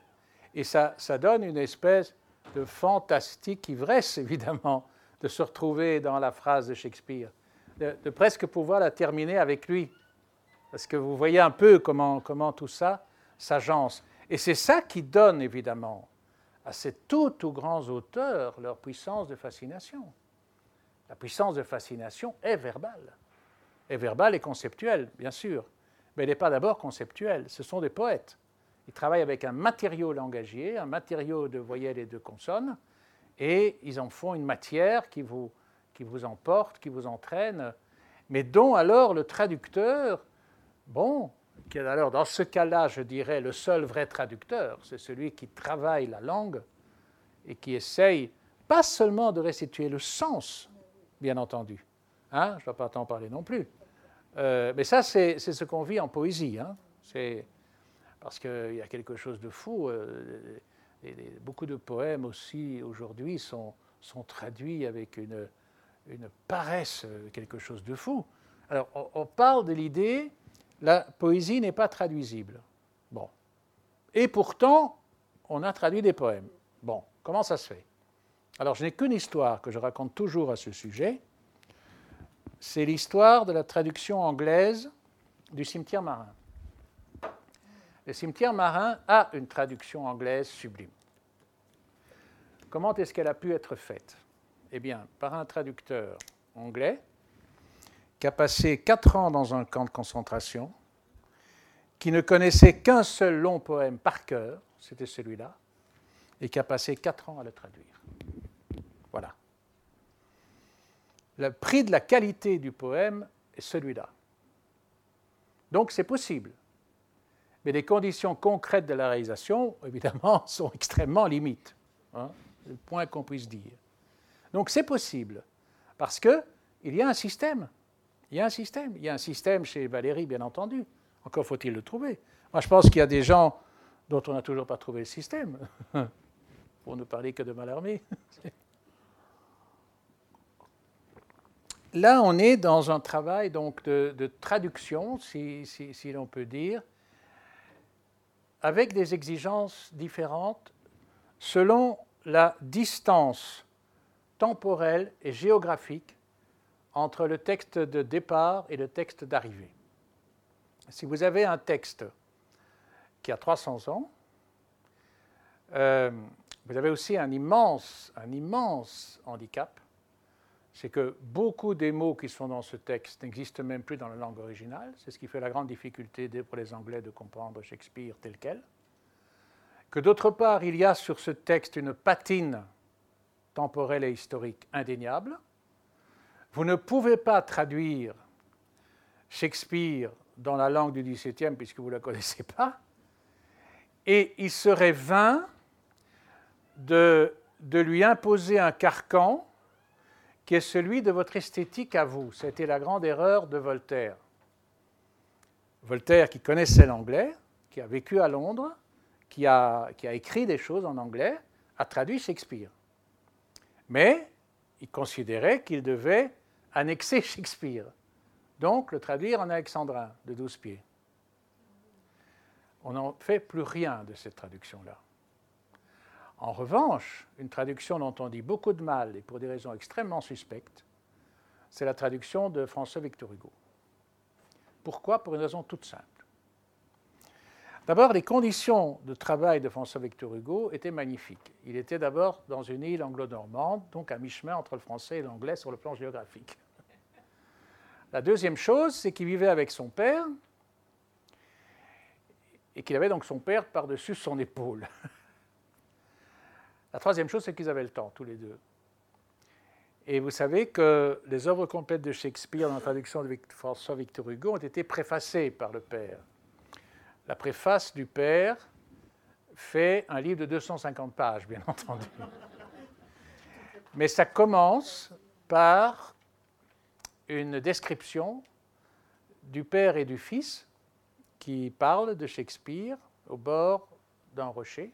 Et ça donne une espèce de fantastique ivresse, évidemment, de se retrouver dans la phrase de Shakespeare, de presque pouvoir la terminer avec lui. Parce que vous voyez un peu comment tout ça s'agence. Et c'est ça qui donne, évidemment, à ces tout grands auteurs leur puissance de fascination. La puissance de fascination est verbale. Est verbale et conceptuelle, bien sûr. Mais elle n'est pas d'abord conceptuelle. Ce sont des poètes. Ils travaillent avec un matériau langagier, un matériau de voyelles et de consonnes, et ils en font une matière qui vous emporte, qui vous entraîne, mais dont alors le traducteur, qui est alors dans ce cas-là, je dirais, le seul vrai traducteur, c'est celui qui travaille la langue et qui essaye pas seulement de restituer le sens, bien entendu, je ne dois pas t'en parler non plus, mais ça c'est ce qu'on vit en poésie, parce qu'il y a quelque chose de fou, beaucoup de poèmes aussi aujourd'hui sont traduits avec une paresse, quelque chose de fou. Alors on parle de l'idée, la poésie n'est pas traduisible. Bon. Et pourtant, on a traduit des poèmes. Bon, comment ça se fait? Alors je n'ai qu'une histoire que je raconte toujours à ce sujet. C'est l'histoire de la traduction anglaise du Cimetière marin. Le Cimetière marin a une traduction anglaise sublime. Comment est-ce qu'elle a pu être faite? Eh bien, par un traducteur anglais qui a passé 4 ans dans un camp de concentration, qui ne connaissait qu'un seul long poème par cœur, c'était celui-là, et qui a passé 4 ans à le traduire. Voilà. Le prix de la qualité du poème est celui-là. Donc c'est possible. Mais les conditions concrètes de la réalisation, évidemment, sont extrêmement limites. C'est le point qu'on puisse dire. Donc c'est possible, parce qu'il y a un système. Il y a un système chez Valéry, bien entendu. Encore faut-il le trouver. Moi, je pense qu'il y a des gens dont on n'a toujours pas trouvé le système, pour ne parler que de Mallarmé. Là, on est dans un travail donc, de traduction, si l'on peut dire, avec des exigences différentes selon la distance temporelle et géographique entre le texte de départ et le texte d'arrivée. Si vous avez un texte qui a 300 ans, vous avez aussi un immense handicap, c'est que beaucoup des mots qui sont dans ce texte n'existent même plus dans la langue originale. C'est ce qui fait la grande difficulté pour les Anglais de comprendre Shakespeare tel quel. Que d'autre part, il y a sur ce texte une patine temporelle et historique indéniable. Vous ne pouvez pas traduire Shakespeare dans la langue du XVIIe puisque vous ne la connaissez pas. Et il serait vain de lui imposer un carcan qui est celui de votre esthétique à vous. C'était la grande erreur de Voltaire. Voltaire, qui connaissait l'anglais, qui a vécu à Londres, qui a écrit des choses en anglais, a traduit Shakespeare. Mais il considérait qu'il devait annexer Shakespeare, donc le traduire en alexandrin de 12 pieds. On n'en fait plus rien de cette traduction-là. En revanche, une traduction dont on dit beaucoup de mal et pour des raisons extrêmement suspectes, c'est la traduction de François Victor Hugo. Pourquoi? Pour une raison toute simple. D'abord, les conditions de travail de François Victor Hugo étaient magnifiques. Il était d'abord dans une île anglo-normande, donc à mi-chemin entre le français et l'anglais sur le plan géographique. La deuxième chose, c'est qu'il vivait avec son père et qu'il avait donc son père par-dessus son épaule. La troisième chose, c'est qu'ils avaient le temps, tous les deux. Et vous savez que les œuvres complètes de Shakespeare dans la traduction de François Victor Hugo ont été préfacées par le père. La préface du père fait un livre de 250 pages, bien entendu. Mais ça commence par une description du père et du fils qui parlent de Shakespeare au bord d'un rocher.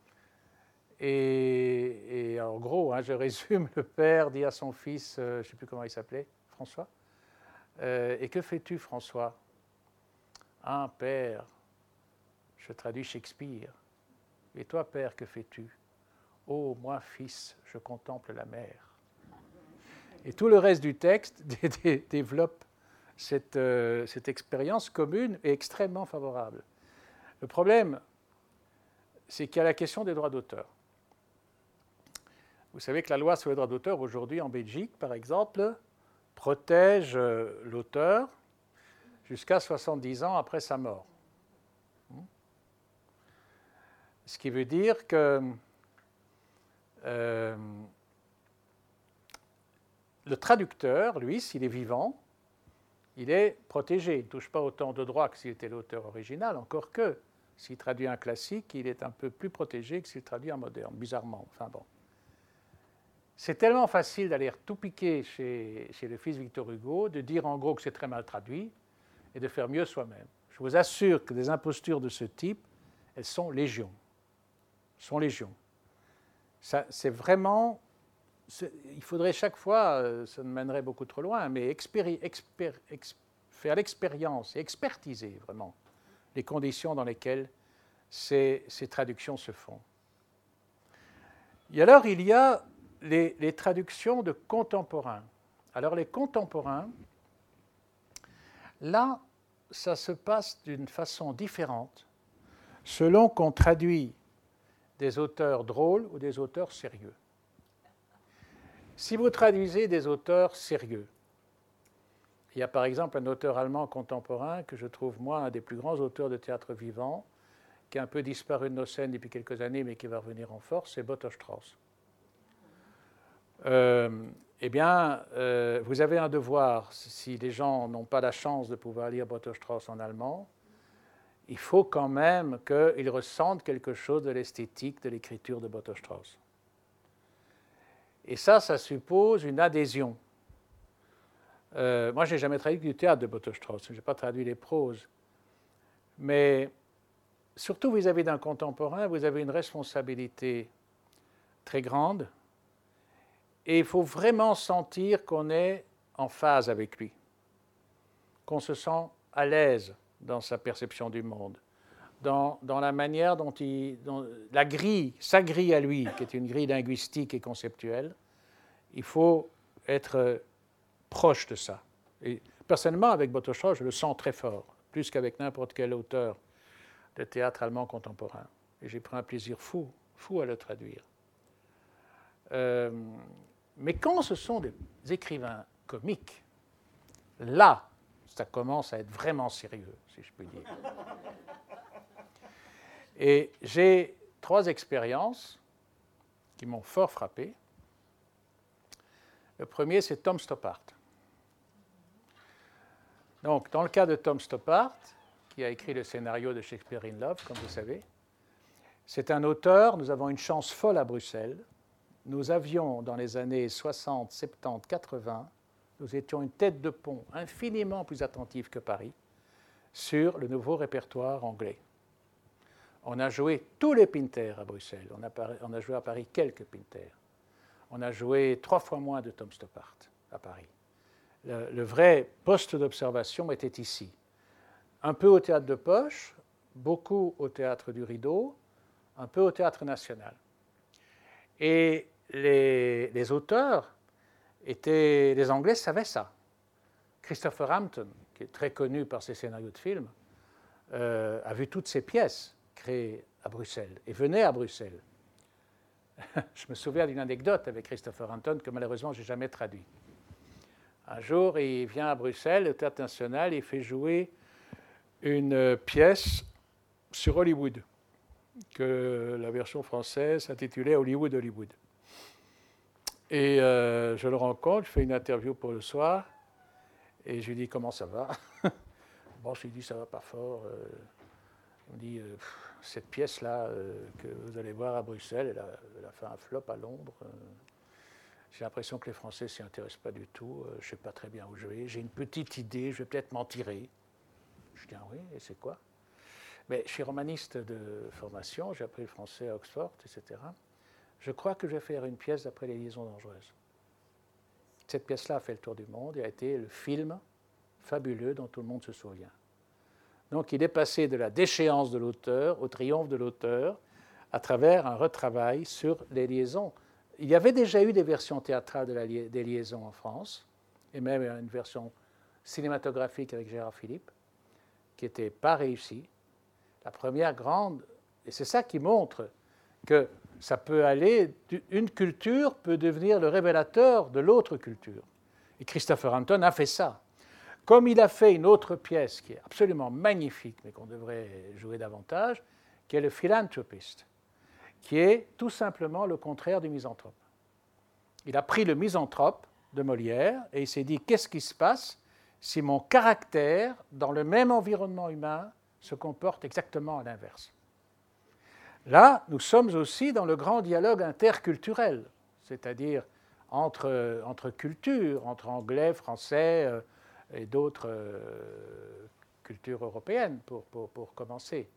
Et en gros, je résume, le père dit à son fils, je ne sais plus comment il s'appelait, François, et que fais-tu, François? Ah, père, je traduis Shakespeare. Et toi, père, que fais-tu ? Oh, moi, fils, je contemple la mer. Et tout le reste du texte développe cette expérience commune et extrêmement favorable. Le problème, c'est qu'il y a la question des droits d'auteur. Vous savez que la loi sur les droits d'auteur, aujourd'hui, en Belgique, par exemple, protège l'auteur jusqu'à 70 ans après sa mort. Ce qui veut dire que le traducteur, lui, s'il est vivant, il est protégé. Il ne touche pas autant de droits que s'il était l'auteur original, encore que s'il traduit un classique, il est un peu plus protégé que s'il traduit un moderne, bizarrement. Enfin bon. C'est tellement facile d'aller tout piquer chez le fils Victor Hugo, de dire en gros que c'est très mal traduit et de faire mieux soi-même. Je vous assure que des impostures de ce type, elles sont légion. Ça, c'est vraiment... il faudrait chaque fois, ça ne mènerait beaucoup trop loin, mais faire l'expérience et expertiser vraiment les conditions dans lesquelles ces traductions se font. Et alors, il y a les traductions de contemporains. Alors, les contemporains, là, ça se passe d'une façon différente selon qu'on traduit des auteurs drôles ou des auteurs sérieux. Si vous traduisez des auteurs sérieux, il y a par exemple un auteur allemand contemporain que je trouve, moi, un des plus grands auteurs de théâtre vivant, qui a un peu disparu de nos scènes depuis quelques années, mais qui va revenir en force, c'est Boto Strauss. Eh bien, vous avez un devoir, si les gens n'ont pas la chance de pouvoir lire Boto Strauss en allemand, il faut quand même qu'ils ressentent quelque chose de l'esthétique de l'écriture de Boto Strauss. Et ça suppose une adhésion. Moi, je n'ai jamais traduit du théâtre de Boto Strauss, je n'ai pas traduit les proses. Mais surtout vis-à-vis d'un contemporain, vous avez une responsabilité très grande et il faut vraiment sentir qu'on est en phase avec lui, qu'on se sent à l'aise dans sa perception du monde, dans la manière dont sa grille à lui, qui est une grille linguistique et conceptuelle, il faut être proche de ça. Et personnellement, avec Boto Strauss, je le sens très fort, plus qu'avec n'importe quel auteur de théâtre allemand contemporain. Et j'ai pris un plaisir fou à le traduire. Mais quand ce sont des écrivains comiques, là, ça commence à être vraiment sérieux, si je puis dire. Et j'ai 3 expériences qui m'ont fort frappé. Le premier, c'est Tom Stoppard. Donc, dans le cas de Tom Stoppard, qui a écrit le scénario de Shakespeare in Love, comme vous savez, c'est un auteur, nous avons une chance folle à Bruxelles. Nous avions, dans les années 60, 70, 80, nous étions une tête de pont infiniment plus attentive que Paris sur le nouveau répertoire anglais. On a joué tous les Pinter à Bruxelles. On a joué à Paris quelques Pinter. On a joué 3 fois moins de Tom Stoppard à Paris. Le vrai poste d'observation était ici. Un peu au théâtre de Poche, beaucoup au théâtre du Rideau, un peu au théâtre national. Et les auteurs les Anglais savaient ça. Christopher Hampton, qui est très connu par ses scénarios de films, a vu toutes ses pièces créées à Bruxelles et venait à Bruxelles. Je me souviens d'une anecdote avec Christopher Hampton que malheureusement je n'ai jamais traduit. Un jour, il vient à Bruxelles, au Théâtre National, et il fait jouer une pièce sur Hollywood, que la version française s'intitulait Hollywood, Hollywood. Et je le rencontre, je fais une interview pour le soir, et je lui dis comment ça va. Bon, je lui dis ça va pas fort. Il me dit cette pièce-là que vous allez voir à Bruxelles, elle a fait un flop à Londres. J'ai l'impression que les Français ne s'y intéressent pas du tout. Je ne sais pas très bien où je vais. J'ai une petite idée, je vais peut-être m'en tirer. Je dis ah oui, et c'est quoi? Mais je suis romaniste de formation, j'ai appris le français à Oxford, etc. Je crois que je vais faire une pièce d'après les liaisons dangereuses. Cette pièce-là a fait le tour du monde et a été le film fabuleux dont tout le monde se souvient. Donc il est passé de la déchéance de l'auteur au triomphe de l'auteur à travers un retravail sur les liaisons. Il y avait déjà eu des versions théâtrales des liaisons en France, et même une version cinématographique avec Gérard Philippe, qui n'était pas réussie. La première grande, et c'est ça qui montre que ça peut aller, une culture peut devenir le révélateur de l'autre culture. Et Christopher Anton a fait ça. Comme il a fait une autre pièce qui est absolument magnifique, mais qu'on devrait jouer davantage, qui est le Philanthropist, qui est tout simplement le contraire du misanthrope. Il a pris le misanthrope de Molière et il s'est dit, qu'est-ce qui se passe si mon caractère, dans le même environnement humain, se comporte exactement à l'inverse? Là, nous sommes aussi dans le grand dialogue interculturel, c'est-à-dire entre cultures, entre anglais, français et d'autres cultures européennes, pour commencer.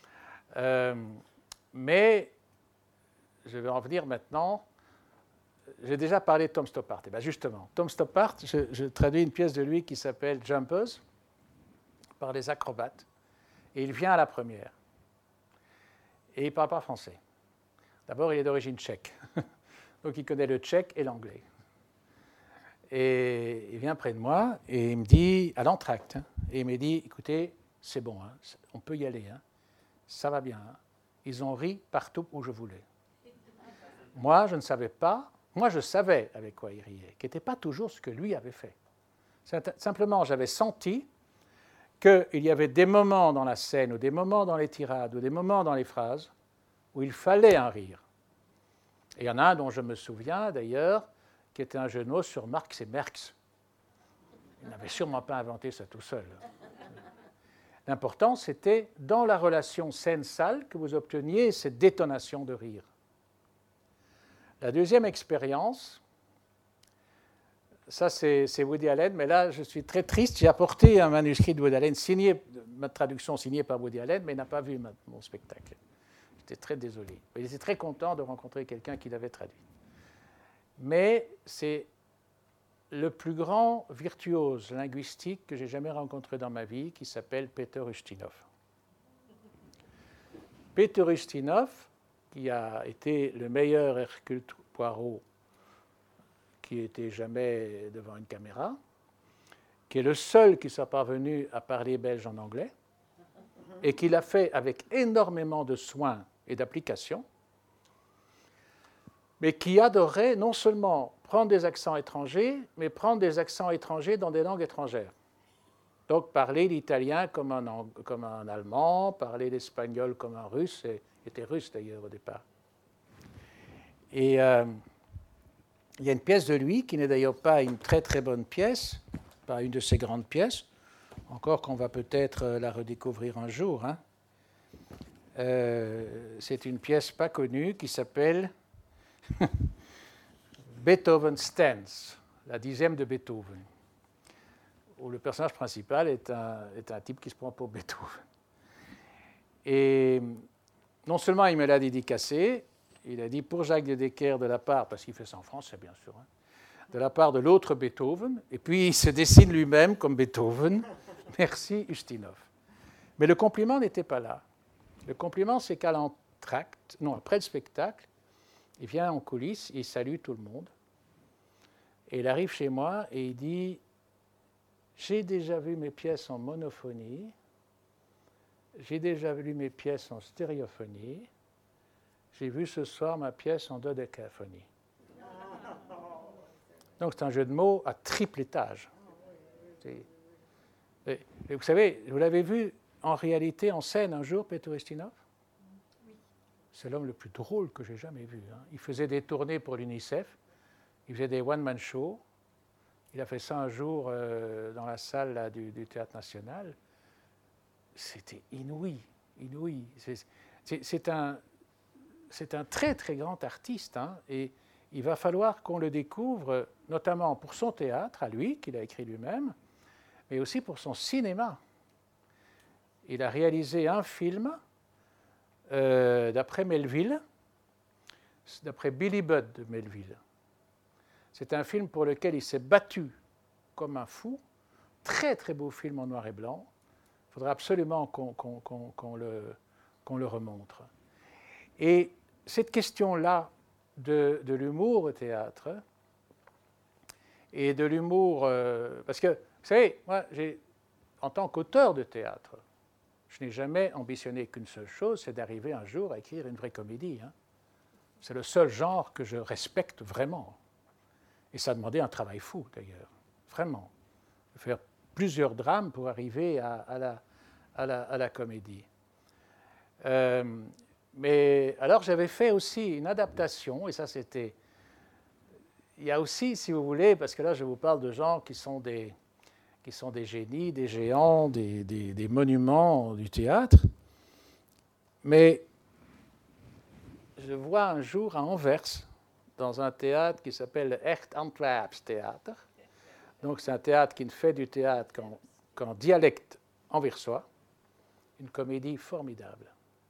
Mais je vais en venir maintenant. J'ai déjà parlé de Tom Stoppard. Et bien justement, Tom Stoppard, je traduis une pièce de lui qui s'appelle Jumpers, par les acrobates. Et il vient à la première. Et il ne parle pas français. D'abord, il est d'origine tchèque. Donc, il connaît le tchèque et l'anglais. Et il vient près de moi et il me dit, à l'entracte, et il me dit, écoutez, c'est bon, on peut y aller, ça va bien. Ils ont ri partout où je voulais. Moi, je ne savais pas. Moi, je savais avec quoi il riait, qui n'était pas toujours ce que lui avait fait. Simplement, j'avais senti qu'il y avait des moments dans la scène, ou des moments dans les tirades, ou des moments dans les phrases, où il fallait un rire. Et il y en a un dont je me souviens, d'ailleurs, qui était un jeu de mots sur Marx et Merx. Il n'avait sûrement pas inventé ça tout seul. L'important, c'était dans la relation scène-salle que vous obteniez cette détonation de rire. La deuxième expérience, ça c'est Woody Allen, mais là je suis très triste, j'ai apporté un manuscrit de Woody Allen, ma traduction signée par Woody Allen, mais il n'a pas vu mon spectacle. J'étais très désolé. Il était très content de rencontrer quelqu'un qui l'avait traduit. Mais c'est le plus grand virtuose linguistique que j'ai jamais rencontré dans ma vie, qui s'appelle Peter Ustinov. Peter Ustinov, qui a été le meilleur Hercule Poirot qui était jamais devant une caméra, qui est le seul qui soit parvenu à parler belge en anglais, et qui l'a fait avec énormément de soin et d'application, mais qui adorait non seulement prendre des accents étrangers, mais prendre des accents étrangers dans des langues étrangères. Donc parler l'italien comme un allemand, parler l'espagnol comme un russe, et il était russe d'ailleurs au départ. Et il y a une pièce de lui qui n'est d'ailleurs pas une très très bonne pièce, pas une de ses grandes pièces, encore qu'on va peut-être la redécouvrir un jour. C'est une pièce pas connue qui s'appelle Beethoven Stands, la 10e de Beethoven, où le personnage principal est un type qui se prend pour Beethoven. Et non seulement il me l'a dédicacé, il a dit pour Jacques de Decker de la part, parce qu'il fait ça en français bien sûr, de la part de l'autre Beethoven, et puis il se dessine lui-même comme Beethoven. Merci Ustinov. Mais le compliment n'était pas là. Le compliment, c'est qu'à l'entracte, non, après le spectacle, il vient en coulisses, il salue tout le monde, et il arrive chez moi et il dit « J'ai déjà vu mes pièces en monophonie, j'ai déjà vu mes pièces en stéréophonie, j'ai vu ce soir ma pièce en dodécaphonie. » Donc c'est un jeu de mots à triple étage. Et vous savez, vous l'avez vu en réalité en scène un jour, Peter Ustinov? Oui. C'est l'homme le plus drôle que j'ai jamais vu. Il faisait des tournées pour l'UNICEF, il faisait des one-man shows. Il a fait ça un jour dans la salle là, du Théâtre National. C'était inouï, inouï. C'est un très très grand artiste, et il va falloir qu'on le découvre, notamment pour son théâtre à lui, qu'il a écrit lui-même, mais aussi pour son cinéma. Il a réalisé un film d'après Melville, d'après Billy Budd de Melville. C'est un film pour lequel il s'est battu comme un fou. Très très beau film en noir et blanc. Il faudra absolument qu'on le remontre. Et cette question-là de l'humour au théâtre, et de l'humour, parce que, vous savez, moi, en tant qu'auteur de théâtre, je n'ai jamais ambitionné qu'une seule chose, c'est d'arriver un jour à écrire une vraie comédie. Hein. C'est le seul genre que je respecte vraiment. Et ça a demandé un travail fou, d'ailleurs, vraiment. Faire plusieurs drames pour arriver à la comédie. Mais alors, j'avais fait aussi une adaptation, et ça, c'était... Il y a aussi, si vous voulez, parce que là, je vous parle de gens qui sont des génies, des géants, des monuments du théâtre. Mais je vois un jour à Anvers, dans un théâtre qui s'appelle le Echt Antwerps Theater. Donc, c'est un théâtre qui ne fait du théâtre qu'en dialecte anversois. Une comédie formidable.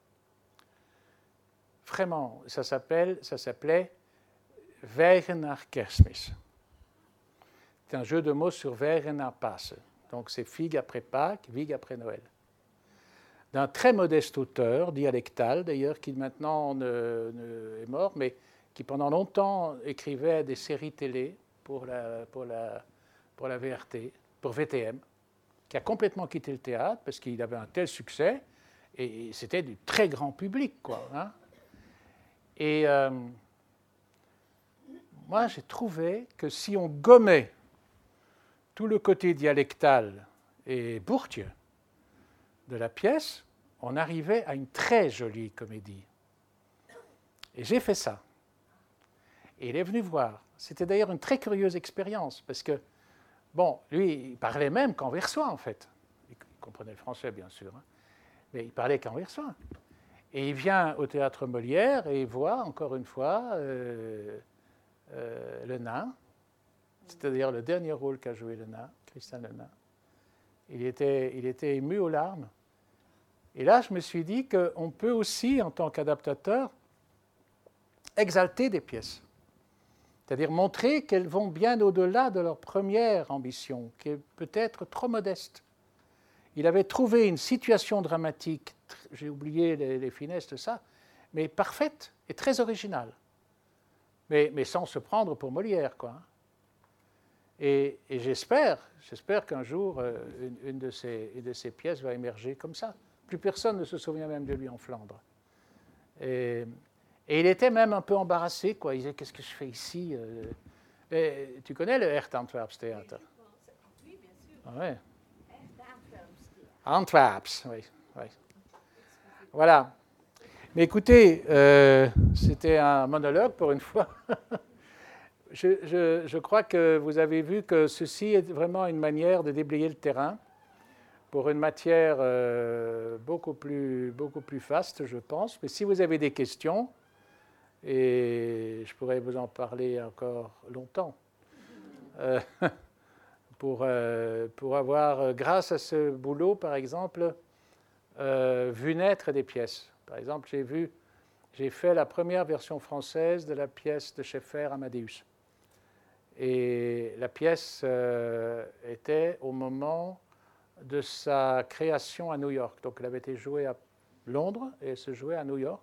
Vraiment, ça s'appelait Vijgen naar Kerstmis. C'est un jeu de mots sur Vijgen naar Pasen. Donc, c'est figue après Pâques, vigue après Noël. D'un très modeste auteur, dialectal d'ailleurs, qui maintenant est mort, mais qui pendant longtemps écrivait des séries télé pour la VRT, pour VTM, qui a complètement quitté le théâtre parce qu'il avait un tel succès et c'était du très grand public, quoi. Hein. Et moi, j'ai trouvé que si on gommait tout le côté dialectal et bourtieux de la pièce, on arrivait à une très jolie comédie. Et j'ai fait ça. Et il est venu voir. C'était d'ailleurs une très curieuse expérience, parce que, bon, lui, il parlait même qu'anversois, en fait. Il comprenait le français, bien sûr, hein, mais il parlait qu'anversois. Et il vient au Théâtre Molière et il voit, encore une fois, le nain. C'était d'ailleurs le dernier rôle qu'a joué le nain, Christian le nain. Il était ému aux larmes. Et là, je me suis dit qu'on peut aussi, en tant qu'adaptateur, exalter des pièces. C'est-à-dire montrer qu'elles vont bien au-delà de leur première ambition, qui est peut-être trop modeste. Il avait trouvé une situation dramatique, j'ai oublié les finesses de ça, mais parfaite et très originale. Mais sans se prendre pour Molière, quoi. Et j'espère qu'un jour, une de ces pièces va émerger comme ça. Plus personne ne se souvient même de lui en Flandre. Et il était même un peu embarrassé, quoi. Il disait, qu'est-ce que je fais ici Tu connais le Echt Antwerps Theater? Oui, bien sûr. Ah, ouais. Antwerps. Oui. Voilà. Mais écoutez, c'était un monologue pour une fois. Je crois que vous avez vu que ceci est vraiment une manière de déblayer le terrain pour une matière beaucoup plus vaste, je pense. Mais si vous avez des questions, et je pourrais vous en parler encore longtemps, pour avoir, grâce à ce boulot, par exemple, vu naître des pièces. Par exemple, j'ai fait la première version française de la pièce de Scheffer, Amadeus. Et la pièce était au moment de sa création à New York. Donc, elle avait été jouée à Londres et elle se jouait à New York.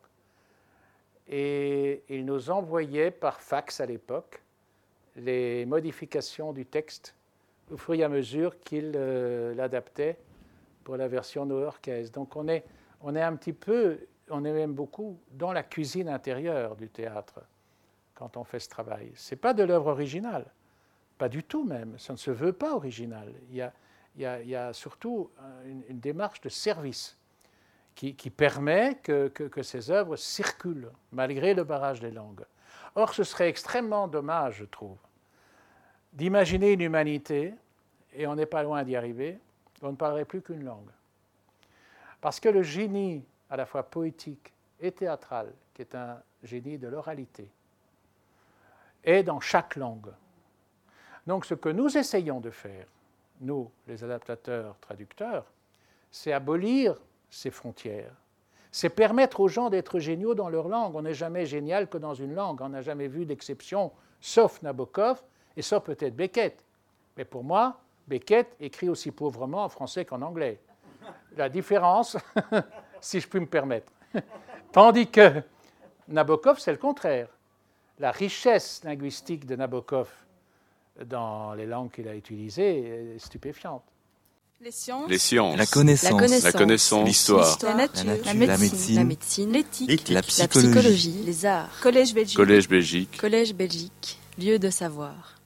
Et il nous envoyait par fax à l'époque les modifications du texte au fur et à mesure qu'il l'adaptait pour la version new-yorkaise. Donc, on est un petit peu, on est même beaucoup dans la cuisine intérieure du théâtre quand on fait ce travail. Ce n'est pas de l'œuvre originale, pas du tout même, ça ne se veut pas original. Il y a surtout une démarche de service qui permet que ces œuvres circulent, malgré le barrage des langues. Or, ce serait extrêmement dommage, je trouve, d'imaginer une humanité, et on n'est pas loin d'y arriver, où on ne parlerait plus qu'une langue. Parce que le génie, à la fois poétique et théâtral, qui est un génie de l'oralité, est dans chaque langue. Donc, ce que nous essayons de faire, nous, les adaptateurs, traducteurs, c'est abolir ces frontières. C'est permettre aux gens d'être géniaux dans leur langue. On n'est jamais génial que dans une langue. On n'a jamais vu d'exception, sauf Nabokov et sauf peut-être Beckett. Mais pour moi, Beckett écrit aussi pauvrement en français qu'en anglais. La différence, si je puis me permettre. Tandis que Nabokov, c'est le contraire. La richesse linguistique de Nabokov dans les langues qu'il a utilisées est stupéfiante. Les sciences, la connaissance, l'histoire, la nature, la médecine, l'éthique, la psychologie, les arts. Collège Belgique, Collège Belgique, lieu de savoir.